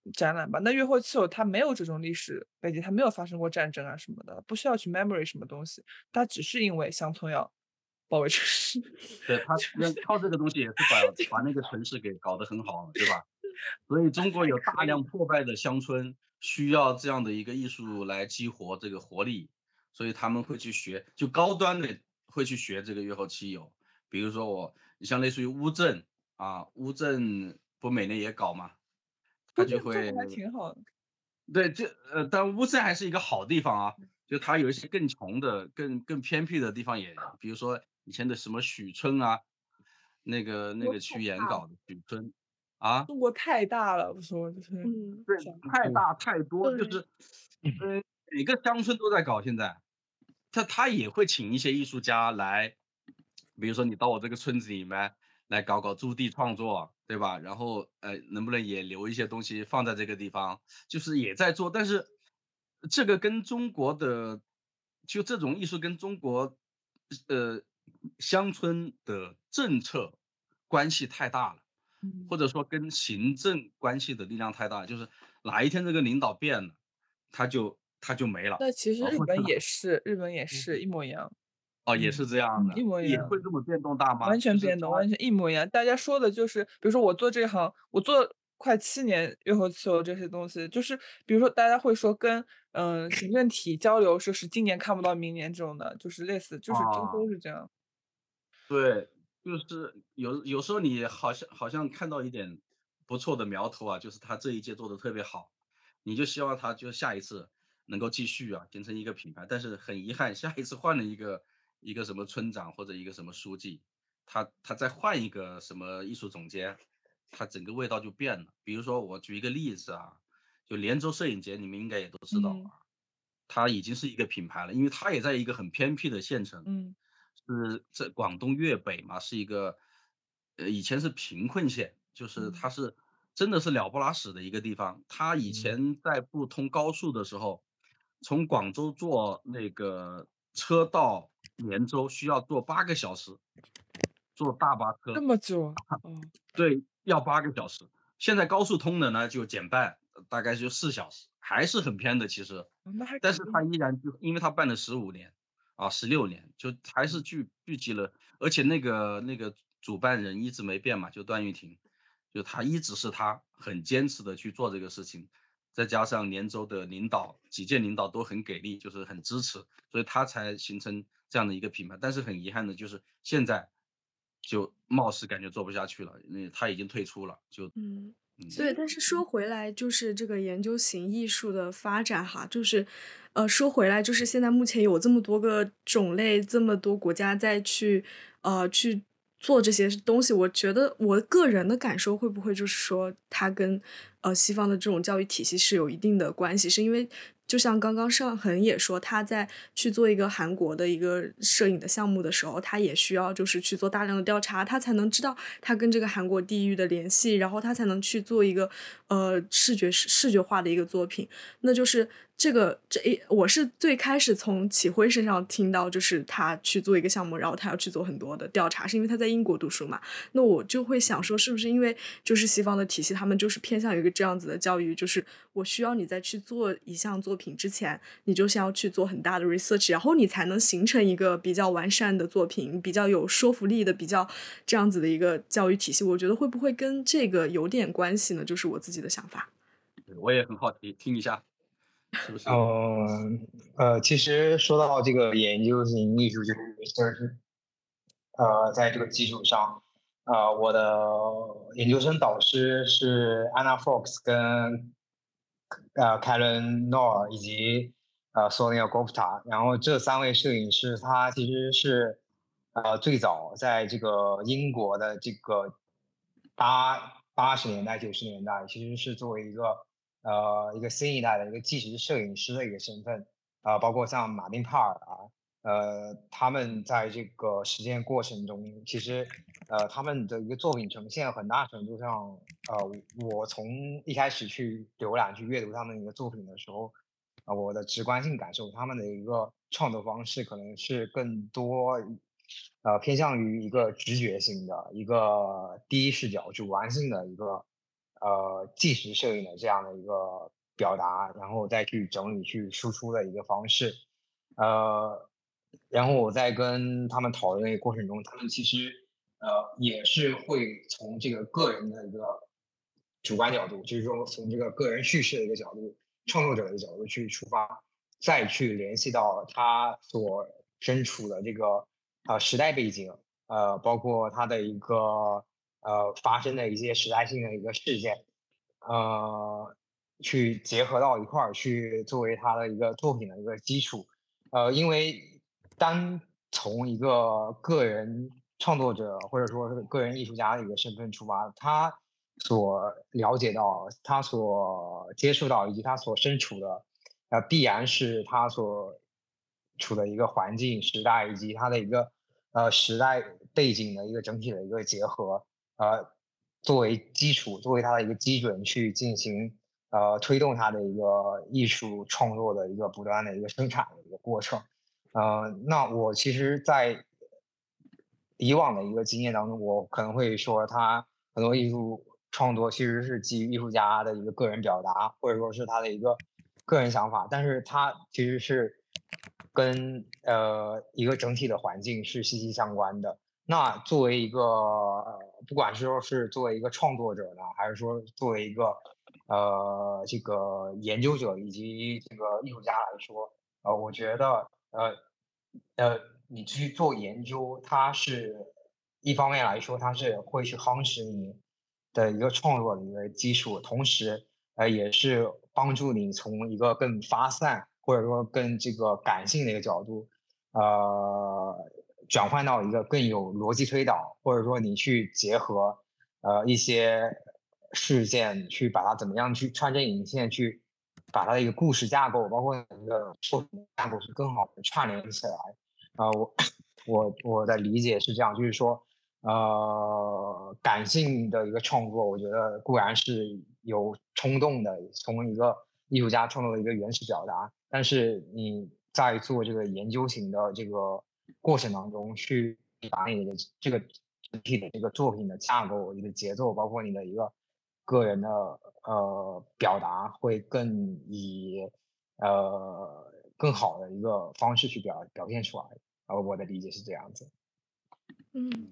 展览吧。那月后气候它没有这种历史背景，它没有发生过战争啊什么的，不需要去 memory 什么东西，它只是因为乡村要保卫城市， 对，他就是那靠这个东西也是把把那个城市给搞得很好，对吧？所以中国有大可以。 量破败的乡村，需要这样的一个艺术来激活这个活力，所以他们会去学，就高端的会去学这个月后漆油。比如说我，你像类似于乌镇啊，乌镇不每年也搞嘛，他乌就会镇做的还挺好的。 对，这呃，但乌镇还是一个好地方啊，就它有一些更穷的、更更偏僻的地方也，比如说以前的什么许村啊，那个那中国个曲太大了， 演搞的许村啊， 中国太大了，我说就是嗯， 对， 这样。 太大太多，就对， 是呃，每个乡村都在搞现在。他他也会请一些艺术家来，比如说你到我这个村子里面来搞搞驻地创作，对吧？然后呃，能不能也留一些东西放在这个地方，就是也在做，但是这个跟中国的就这种艺术跟中国呃乡村的政策关系太大了， 嗯。 或者说跟行政关系的力量太大，就是哪一天这个领导变了，他就他就没了。 那其实啊，或者日本也是，日本也嗯是一模一样。 哦，也是嗯。 这样嗯，一的， 模一样。 也会这么变动大吗？ 完全变动， 就是他完全一模一样。大家说的就是，比如说我做这行，我做快七年，月后气候这些东西，就是比如说大家会说跟嗯、呃行政体交流，说是今年看不到明年这种的，就是类似，就是都啊， 都是这样。 对，就是有有时候你好像好像看到一点不错的苗头啊，就是他这一届做的特别好，你就希望他就下一次能够继续啊，形成一个品牌。但是很遗憾，下一次换了一个一个什么村长或者一个什么书记，他他再换一个什么艺术总监，他整个味道就变了。比如说我举一个例子啊，就连州摄影节，你们应该也都知道嗯。 啊，它已经是一个品牌了，因为它也在一个很偏僻的县城。 嗯。 是在广东粤北嘛，是一个，呃，以前是贫困县，就是嗯。 它是真的是鸟不拉屎的一个地方。它以嗯前在不通高速的时候，从广州坐那个车到连州需要坐八个小时，坐大巴这车， 么久啊。哦。 对，要八个小时。现在高速通的呢就减半，大概就四小时，还是很偏的其实。 哦那还但是它可以。 依然就因为它办了十五年，啊十六年，就还是聚聚集了而且那个那个主办人一直没变嘛，就段玉婷，就他一直是他很坚持的去做这个事情，再加上连州的领导，几届领导都很给力，就是很支持，所以他才形成这样的一个品牌。但是很遗憾的就是现在就貌似感觉做不下去了，因为他已经退出了，就嗯。 嗯。 对，但是说回来，就是这个研究型艺术的发展哈，就是，呃，说回来，就是现在目前有这么多个种类，这么多国家在去，呃，去做这些东西，我觉得我个人的感受会不会就是说，它跟呃西方的这种教育体系是有一定的关系，是因为就像刚刚尚恒也说，他在去做一个韩国的一个摄影的项目的时候，他也需要就是去做大量的调查，他才能知道他跟这个韩国地域的联系，然后他才能去做一个呃视觉视觉化的一个作品。那就是这个这一，我是最开始从启辉身上听到，就是他去做一个项目，然后他要去做很多的调查，是因为他在英国读书嘛。那我就会想说，是不是因为就是西方的体系，他们就是偏向于一个这样子的教育，就是我需要你在去做一项作品之前，你就先要去做很大的 research，然后你才能形成一个比较完善的作品，比较有说服力的，比较这样子的一个教育体系。我觉得会不会跟这个有点关系呢？就是我自己的想法。 对我也很好奇，听一下是不是？ 嗯呃，其实说到这个研究型艺术，就是 research，呃，在这个基础上，呃，我的研究生导师是 Anna Fox 跟呃 Karen Noor 以及呃 Sonia Gupta，然后这三位摄影师，他其实是呃最早在这个英国的这个八八十年代九十年代，其实是作为一个呃一个新一代的一个纪实摄影师的一个身份啊、包括像马丁帕尔啊，呃，他们在这个实践过程中，其实，呃，他们的一个作品呈现，很大程度上，呃，我从一开始去浏览、去阅读他们的一个作品的时候，啊、我的直观性感受，他们的一个创作方式可能是更多，呃，偏向于一个直觉性的、一个第一视角、主观性的一个， 呃纪实摄影的这样的一个表达，然后再去整理、去输出的一个方式。呃，然后我在跟他们讨论的一个过程中，他们其实呃也是会从这个个人的一个主观角度，就是说从这个个人叙事的一个角度、创作者的角度去出发，再去联系到他所身处的这个呃时代背景，呃，包括他的一个呃发生的一些时代性的一个事件，呃，去结合到一块儿去作为他的一个作品的一个基础。呃，因为单从一个个人创作者或者说是个人艺术家的一个身份出发，他所了解到、他所接触到以及他所身处的，呃，必然是他所处的一个环境、时代以及他的一个呃时代背景的一个整体的一个结合，呃，作为基础，作为他的一个基准去进行呃推动他的一个艺术创作的一个不断的一个生产的一个过程。呃，那我其实，在以往的一个经验当中，我可能会说，他很多艺术创作其实是基于艺术家的一个个人表达，或者说是他的一个个人想法，但是它其实是跟呃一个整体的环境是息息相关的。那作为一个呃，不管是说是作为一个创作者呢，还是说作为一个呃这个研究者以及这个艺术家来说，呃，我觉得呃呃，你去做研究，它是一方面来说，它是会去夯实你的一个创作的一个基础，同时呃也是帮助你从一个更发散或者说更这个感性的一个角度，呃，转换到一个更有逻辑推导，或者说你去结合呃一些事件，去把它怎么样去穿针引线，去把它的一个故事架构，包括一个作品架构是更好的串联起来。呃，我我我的理解是这样，就是说，呃，感性的一个创作，我觉得固然是有冲动的，从一个艺术家创作的一个原始表达，但是你在做这个研究型的这个过程当中，去把你的这个整体的这个作品的架构、你的节奏，包括你的一个个人的呃表达，会更以呃更好的一个方式去表表现出来。呃，我的理解是这样子。 嗯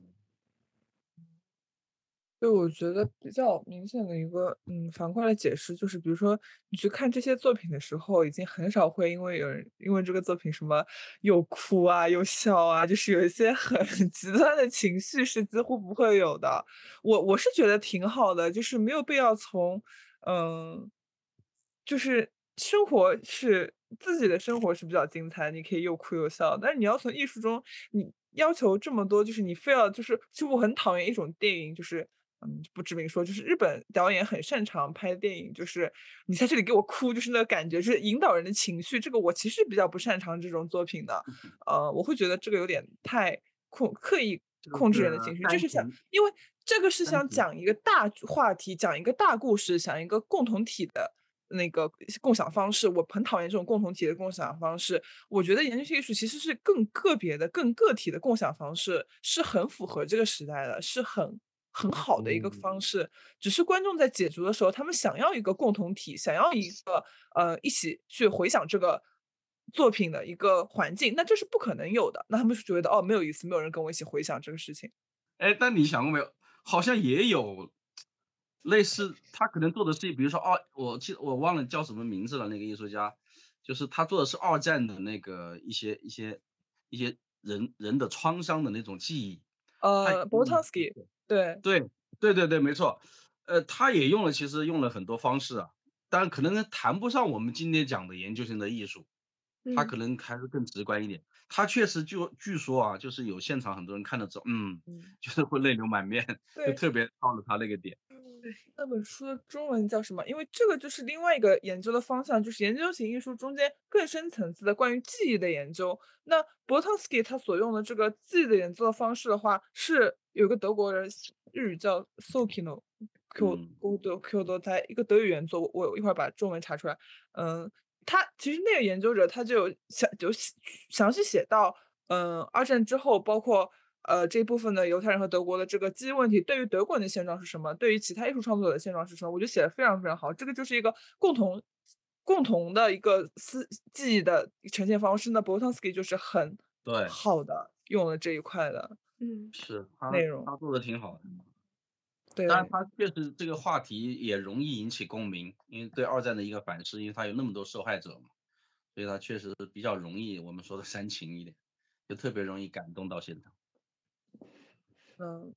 对，我觉得比较明显的一个，嗯，反过来解释就是，比如说你去看这些作品的时候，已经很少会因为有人因为这个作品什么又哭啊又笑啊，就是有一些很极端的情绪是几乎不会有的。我我是觉得挺好的，就是没有必要从，嗯，就是生活是自己的生活是比较精彩，你可以又哭又笑，但是你要从艺术中，你要求这么多，就是你非要就是其实我很讨厌一种电影，就是嗯，不指明说，就是日本导演很擅长拍电影，就是你在这里给我哭，就是那个感觉，就是引导人的情绪，这个我其实比较不擅长这种作品的，呃，我会觉得这个有点太控刻意就控制人的是情绪，这是想单纯因为这个是想单纯讲一个大话题，讲一个大故事，讲一个共同体的那个共享方式。我很讨厌这种共同体的共享方式。我觉得研究性艺术其实是更个别的、更个体的共享方式，是很符合这个时代的，是很很好的一个嗯。 方式。只是观众在解读的时候，他们想要一个共同体，想要一个呃一起去回想这个作品的一个环境，那这是不可能有的。那他们是觉得哦没有意思，没有人跟我一起回想这个事情。 哎，但你想过没有，好像也有类似他可能做的是比如说二我记得我忘了叫什么名字了，那个艺术家，就是他做的是二战的那个一些一些一些人人的创伤的那种记忆。他呃 b o t a 嗯， n s k y 对。 对，对对对，没错。呃，他也用了其实用了很多方式啊，但可能谈不上我们今天讲的研究性的艺术，他嗯可能还是更直观一点。他确实就据说啊，就是有现场很多人看了之后，嗯， 嗯， 就是会泪流满面，就对。 特别到了他那个点。 那本书的中文叫什么？因为这个就是另外一个研究的方向，就是研究型艺术中间更深层次的关于记忆的研究。那 b o t a n s k y 他所用的这个记忆的研究的方式的话，是有个德国人，日语叫 Sokino Q 嗯， Q Q 多，他一个德语原作，我我一会儿把中文查出来。嗯，他其实那个研究者他就有详就详细写到，嗯，二战之后，包括呃这一部分的犹太人和德国的这个记忆问题，对于德国人的现状是什么？对于其他艺术创作者的现状是什么？我觉得写的非常非常好。这个就是一个共同共同的一个思记忆的呈现方式。那 Boltanski 就是很对， 好的用了这一块的嗯是他内容。 他做的挺好的。 对， 当然，他确实这个话题也容易引起共鸣，因为对二战的一个反思，因为他有那么多受害者嘛，所以他确实比较容易我们说的煽情一点，就特别容易感动到现场。 嗯，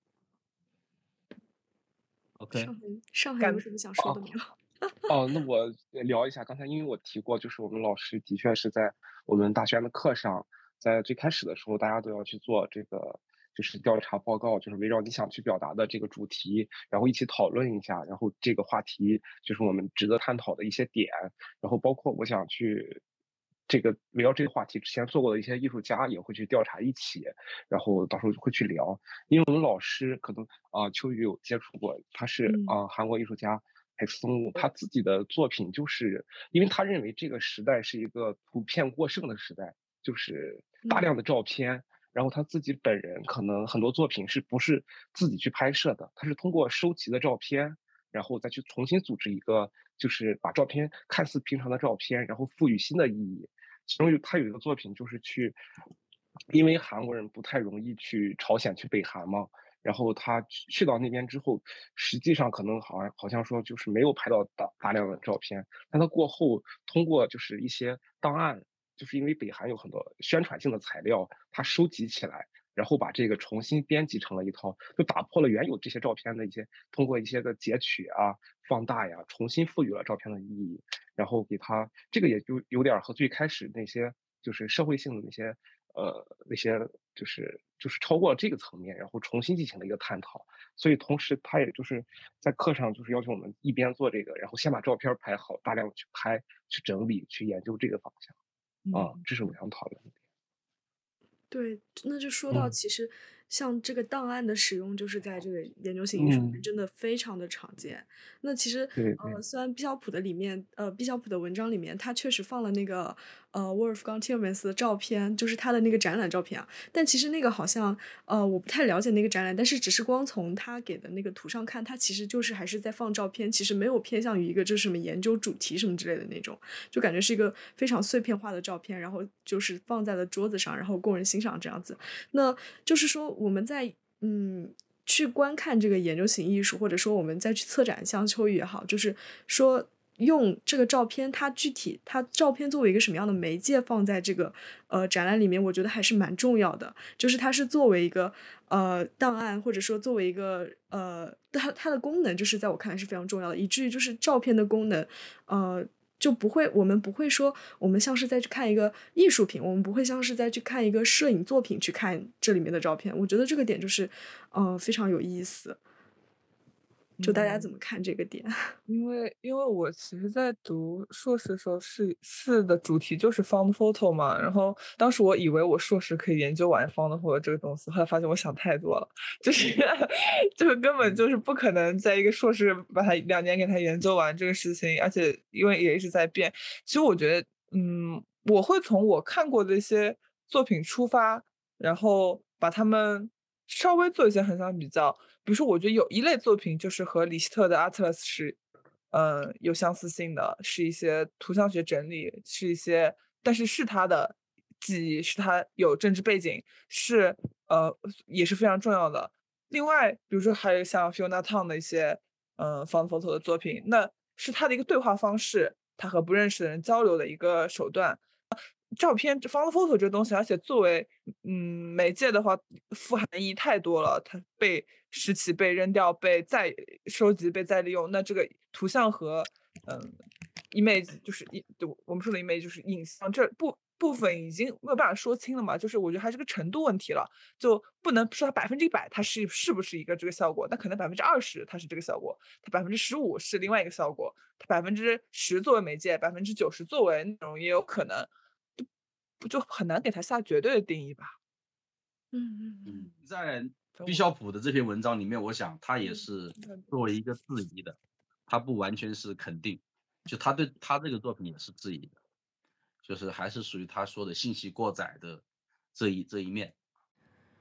OK， 上海上海感有什么想说的没有？ 哦，那我聊一下刚才，因为我提过，就是我们老师的确是在我们大学院的课上，在最开始的时候，大家都要去做这个就是调查报告，就是围绕你想去表达的这个主题，然后一起讨论一下，然后这个话题就是我们值得探讨的一些点，然后包括我想去这个围绕这个话题之前做过的一些艺术家也会去调查一起，然后到时候会去聊，因为我们老师可能啊、呃秋雨有接触过，他是嗯啊、呃韩国艺术家。海斯松木他自己的作品，就是因为他认为这个时代是一个图片过剩的时代，就是大量的照片，然后他自己本人可能很多作品是不是自己去拍摄的，他是通过收集的照片，然后再去重新组织一个，就是把照片看似平常的照片，然后赋予新的意义。其中有他有一个作品就是去，因为韩国人不太容易去朝鲜去北韩嘛。然后他去到那边之后，实际上可能好像好像说就是没有拍到大大量的照片，但他过后通过就是一些档案，就是因为北韩有很多宣传性的材料，他收集起来，然后把这个重新编辑成了一套，就打破了原有这些照片的一些，通过一些个截取啊、放大呀，重新赋予了照片的意义，然后给他这个也就有点和最开始那些就是社会性的那些。呃，那些就是就是超过了这个层面，然后重新进行了一个探讨。所以同时他也就是在课上就是要求我们一边做这个，然后先把照片拍好，大量的去拍、去整理、去研究这个方向。啊、 嗯， 这是我想讨论的。 对，那就说到嗯其实像这个档案的使用，就是在这个研究型艺术里面嗯， 真的非常的常见。那其实对对， 呃，虽然毕肖普的里面呃毕肖普的文章里面，他确实放了那个呃 Wolfgang Tillmans 的照片，就是他的那个展览照片啊，但其实那个好像呃我不太了解那个展览，但是只是光从他给的那个图上看，他其实就是还是在放照片，其实没有偏向于一个就是什么研究主题什么之类的那种。就感觉是一个非常碎片化的照片，然后就是放在了桌子上，然后供人欣赏这样子。那就是说我们在嗯去观看这个研究型艺术，或者说我们再去策展，像秋雨也好，就是说用这个照片，它具体它照片作为一个什么样的媒介放在这个呃展览里面，我觉得还是蛮重要的。就是它是作为一个呃档案，或者说作为一个呃它它的功能，就是在我看来是非常重要的，以至于就是照片的功能，呃。就不会，我们不会说，我们像是在去看一个艺术品，我们不会像是在去看一个摄影作品去看这里面的照片。我觉得这个点就是，呃，非常有意思。就大家怎么看这个点？ 因为因为我其实在读硕士的时候是是的主题就是 found photo 嘛，然后当时我以为我硕士可以研究完 found photo 这个东西，后来发现我想太多了，就是就是根本就是不可能在一个硕士把它两年给它研究完这个事情，而且因为也一直在变。其实我觉得，嗯，我会从我看过的一些作品出发，然后把它们稍微做一些横向比较。比如说，我觉得有一类作品就是和李希特的 Atlas 是，呃，有相似性的，是一些图像学整理，是一些，但是是他的记忆，是他有政治背景，是呃也是非常重要的。另外，比如说还有像 Fiona Tong 的一些，呃，found photo 的作品，那是他的一个对话方式，他和不认识的人交流的一个手段。照片 found photo 这个东西，而且作为嗯媒介的话，富含义太多了。它被拾起、被扔掉、被再收集、被再利用，那这个图像和嗯 image 就是一，我们说的 image 就是影像这部部分已经没有办法说清了嘛。就是我觉得还是个程度问题了，就不能说它百分之一百它是是不是一个这个效果，那可能百分之二十它是这个效果，它百分之十五是另外一个效果，它百分之十作为媒介，百分之九十作为内容也有可能。不就很难给它下绝对的定义吧？ 嗯嗯嗯，在所以我毕肖普的这篇文章里面，我想他也嗯是嗯作为一个质疑的，他不完全是肯定，就他对他这个作品也是质疑的，就是还是属于他说的信息过载的这一这一面。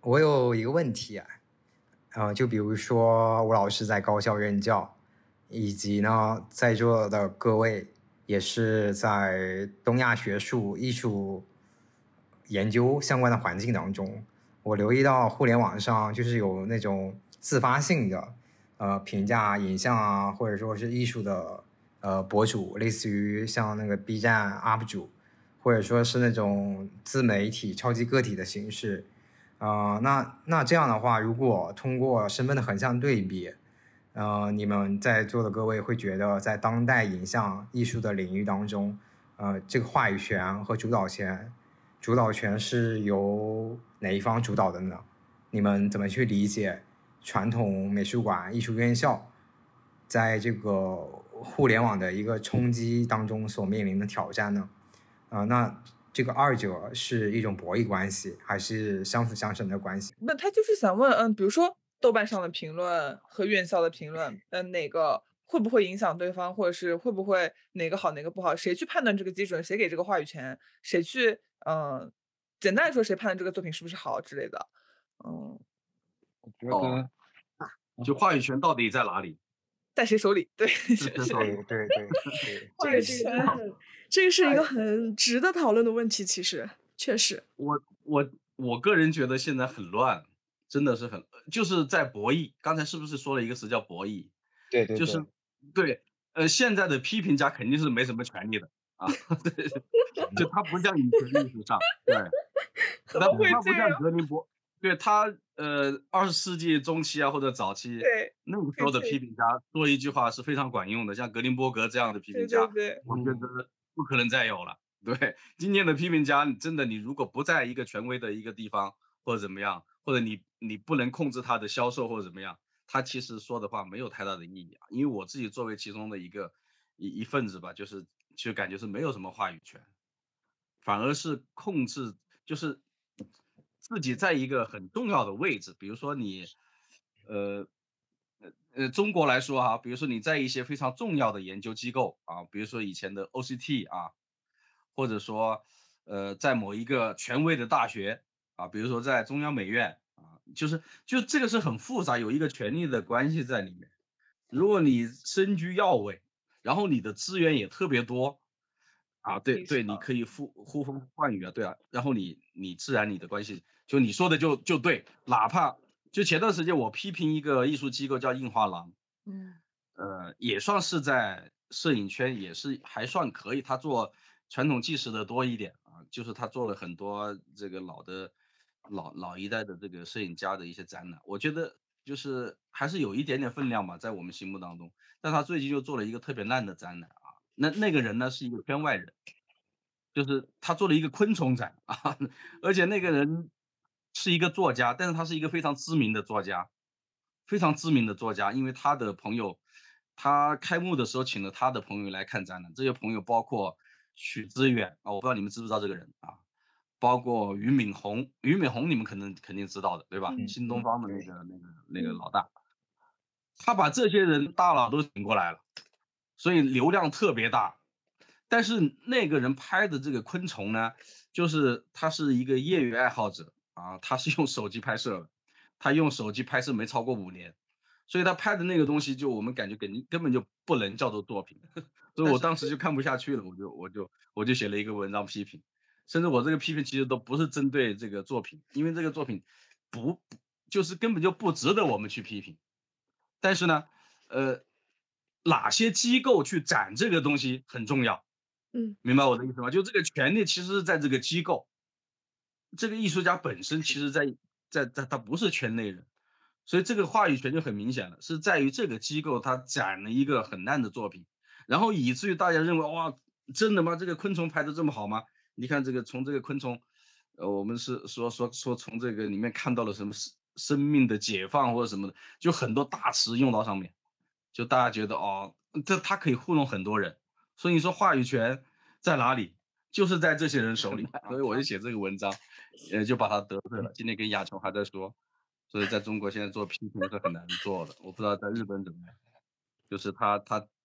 我有一个问题啊，呃，就比如说吴老师在高校任教，以及呢在座的各位也是在东亚学术艺术研究相关的环境当中，我留意到互联网上就是有那种自发性的呃评价影像啊，或者说是艺术的呃博主，类似于像那个 B 站 U P 主，或者说是那种自媒体超级个体的形式。呃，那那这样的话，如果通过身份的横向对比，呃，你们在座的各位会觉得，在当代影像艺术的领域当中，呃，这个话语权和主导权，主导权是由哪一方主导的呢？你们怎么去理解传统美术馆、艺术院校在这个互联网的一个冲击当中所面临的挑战呢？啊、呃，那这个二者是一种博弈关系，还是相辅相成的关系？ 那他就是想问，嗯，比如说豆瓣上的评论和院校的评论，嗯，哪个会不会影响对方，或者是会不会哪个好哪个不好？谁去判断这个基准？谁给这个话语权？谁去，嗯，简单来说，谁判断这个作品是不是好之类的？嗯， 我觉哦， 得就话语权到底在哪里？ 在谁手里？对， 是谁就是手里？ 对对对对， 这个这个很，这个是一个很值得讨论的问题，其实确实。 我我我个人觉得现在很乱，真的是很，就是在博弈。刚才是不是说了一个词叫博弈？ 对对对， 就是对，呃，现在的批评家肯定是没什么权利的啊，对，就他不像以前历史上，对， 怎么会他不像这样？ 格林伯，对他，呃，二十世纪中期啊或者早期对， 那个时候的批评家说一句话是非常管用的，像格林伯格这样的批评对家， 对对， 我觉得不可能再有了。对，今天的批评家，你真的你如果不在一个权威的一个地方或者怎么样，或者你你不能控制他的销售或者怎么样，他其实说的话没有太大的意义啊。因为我自己作为其中的一个一一份子吧，就是就感觉是没有什么话语权，反而是控制，就是自己在一个很重要的位置，比如说你，呃。呃呃，中国来说哈，比如说你在一些非常重要的研究机构啊，比如说以前的 O C T 啊，或者说呃在某一个权威的大学啊，比如说在中央美院啊，就是就这个是很复杂，有一个权力的关系在里面。如果你身居要位，然后你的资源也特别多啊，对对，你可以呼呼风唤雨啊，对啊，然后你你自然你的关系就你说的就就对，哪怕。就前段时间我批评一个艺术机构叫映画廊， 嗯， 呃，也算是在摄影圈也是还算可以，他做传统纪实的多一点啊，就是他做了很多这个老的老老一代的这个摄影家的一些展览，我觉得就是还是有一点点分量吧，在我们心目当中。但他最近又做了一个特别烂的展览啊，那那个人呢是一个圈外人，就是他做了一个昆虫展啊，而且那个人是一个作家，但是他是一个非常知名的作家，非常知名的作家，因为他的朋友，他开幕的时候请了他的朋友来看展览，这些朋友包括许知远啊，我不知道你们知不知道这个人啊，包括俞敏洪，俞敏洪你们可能肯定知道的，对吧？ 嗯新东方的那个那个那个嗯老大，他把这些人大佬都请过来了，所以流量特别大。但是那个人拍的这个昆虫呢，就是他是一个业余爱好者啊，他是用手机拍摄的，他用手机拍摄没超过五年，所以他拍的那个东西就我们感觉根根本就不能叫做作品，所以我当时就看不下去了，我就我就我就写了一个文章批评，甚至我这个批评其实都不是针对这个作品，因为这个作品不就是根本就不值得我们去批评，但是呢，呃，哪些机构去展这个东西很重要。 嗯明白我的意思吗？就这个权利其实是在这个机构，这个艺术家本身其实在在在他不是圈内人，所以这个话语权就很明显了，是在于这个机构他展了一个很烂的作品，然后以至于大家认为哇，真的吗？这个昆虫拍的这么好吗？你看这个从这个昆虫，呃，我们是说说说从这个里面看到了什么生生命的解放或者什么的，就很多大词用到上面，就大家觉得哦，这他可以糊弄很多人。所以你说话语权在哪里？就是在这些人手里，所以我就写这个文章，呃，就把他得罪了。今天跟亚琼还在说，所以在中国现在做批评是很难做的，我不知道在日本怎么样。就是他他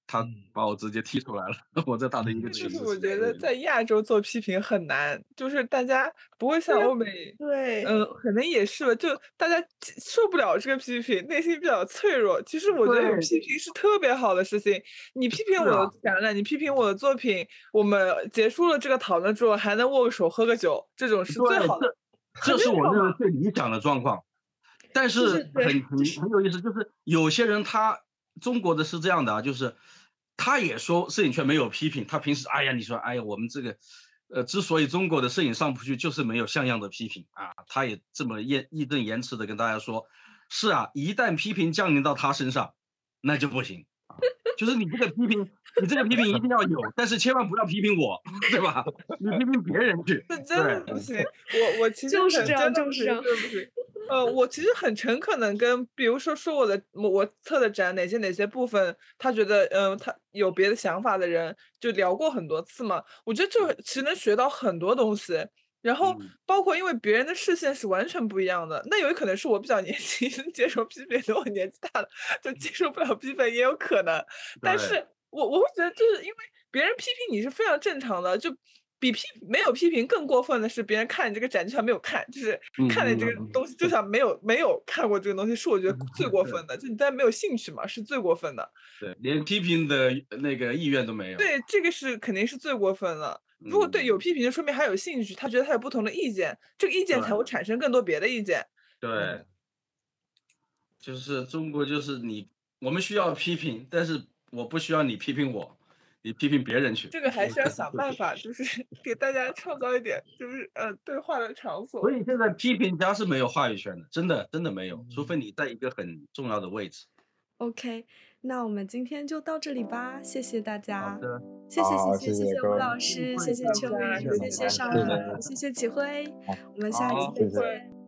他嗯把我直接踢出来了，我在他的一个嗯群里。 就是我觉得在亚洲做批评很难，就是大家不会像欧美， 对， 嗯，可能也是吧，就大家受不了这个批评，内心比较脆弱。其实我觉得有对批评是特别好的事情，你批评我的是啊展览，你批评我的作品，我们结束了这个讨论之后还能握个手喝个酒，这种是最对， 好的， 这这是我很认为最理想的状况。但就是是对很很很有意思，就是有些人他中国的是这样的啊，就是他也说摄影圈没有批评，他平时哎呀，你说哎呀，我们这个呃，之所以中国的摄影上不去，就是没有像样的批评啊，他也这么义义正言辞的跟大家说，是啊，一旦批评降临到他身上，那就不行啊，就是你这个批评，你这个批评一定要有，但是千万不要批评我，对吧？你批评别人去， 这真的对不行。我我其实很就是这样真的不行， 就是这样真的不行。呃，我其实很诚恳的跟，比如说说我的我我策的展哪些哪些部分，他觉得呃他有别的想法的人，就聊过很多次嘛。我觉得这其实能学到很多东西。然后嗯包括因为别人的视线是完全不一样的，那有可能是我比较年轻，接受批评，等我年纪大了就接受不了批评也有可能。但对是我我会觉得，就是因为别人批评你是非常正常的，就比批没有批评更过分的是，别人看你这个展就像没有看，就是嗯看你这个嗯嗯东西就像没有没有看过这个东西，是我觉得最过对分的。就你在没有兴趣嘛，是最过分的。 对，连批评的那个意愿都没有。 对，这个是肯定是最过分的。如果对有嗯， 批评的，说明还有兴趣，他觉得他有不同的意见，这个意见才对会产生更多别的意见。 对，就是中国就是你，我们需要批评，但是我不需要你批评我，你批评别人去。 这个还是要想办法，就是给大家创造一点，就是呃对话的场所。 所以现在批评家是没有话语权的，真的真的没有，除非你在一个很重要的位置。 OK，那我们今天就到这里吧，谢谢大好家， 的， 谢谢好， 谢谢谢吴谢谢各位， 老师，谢谢大秋雨， 家谢谢谢谢尚谢谢宇，谢谢启辉，我们下期好再谢谢见。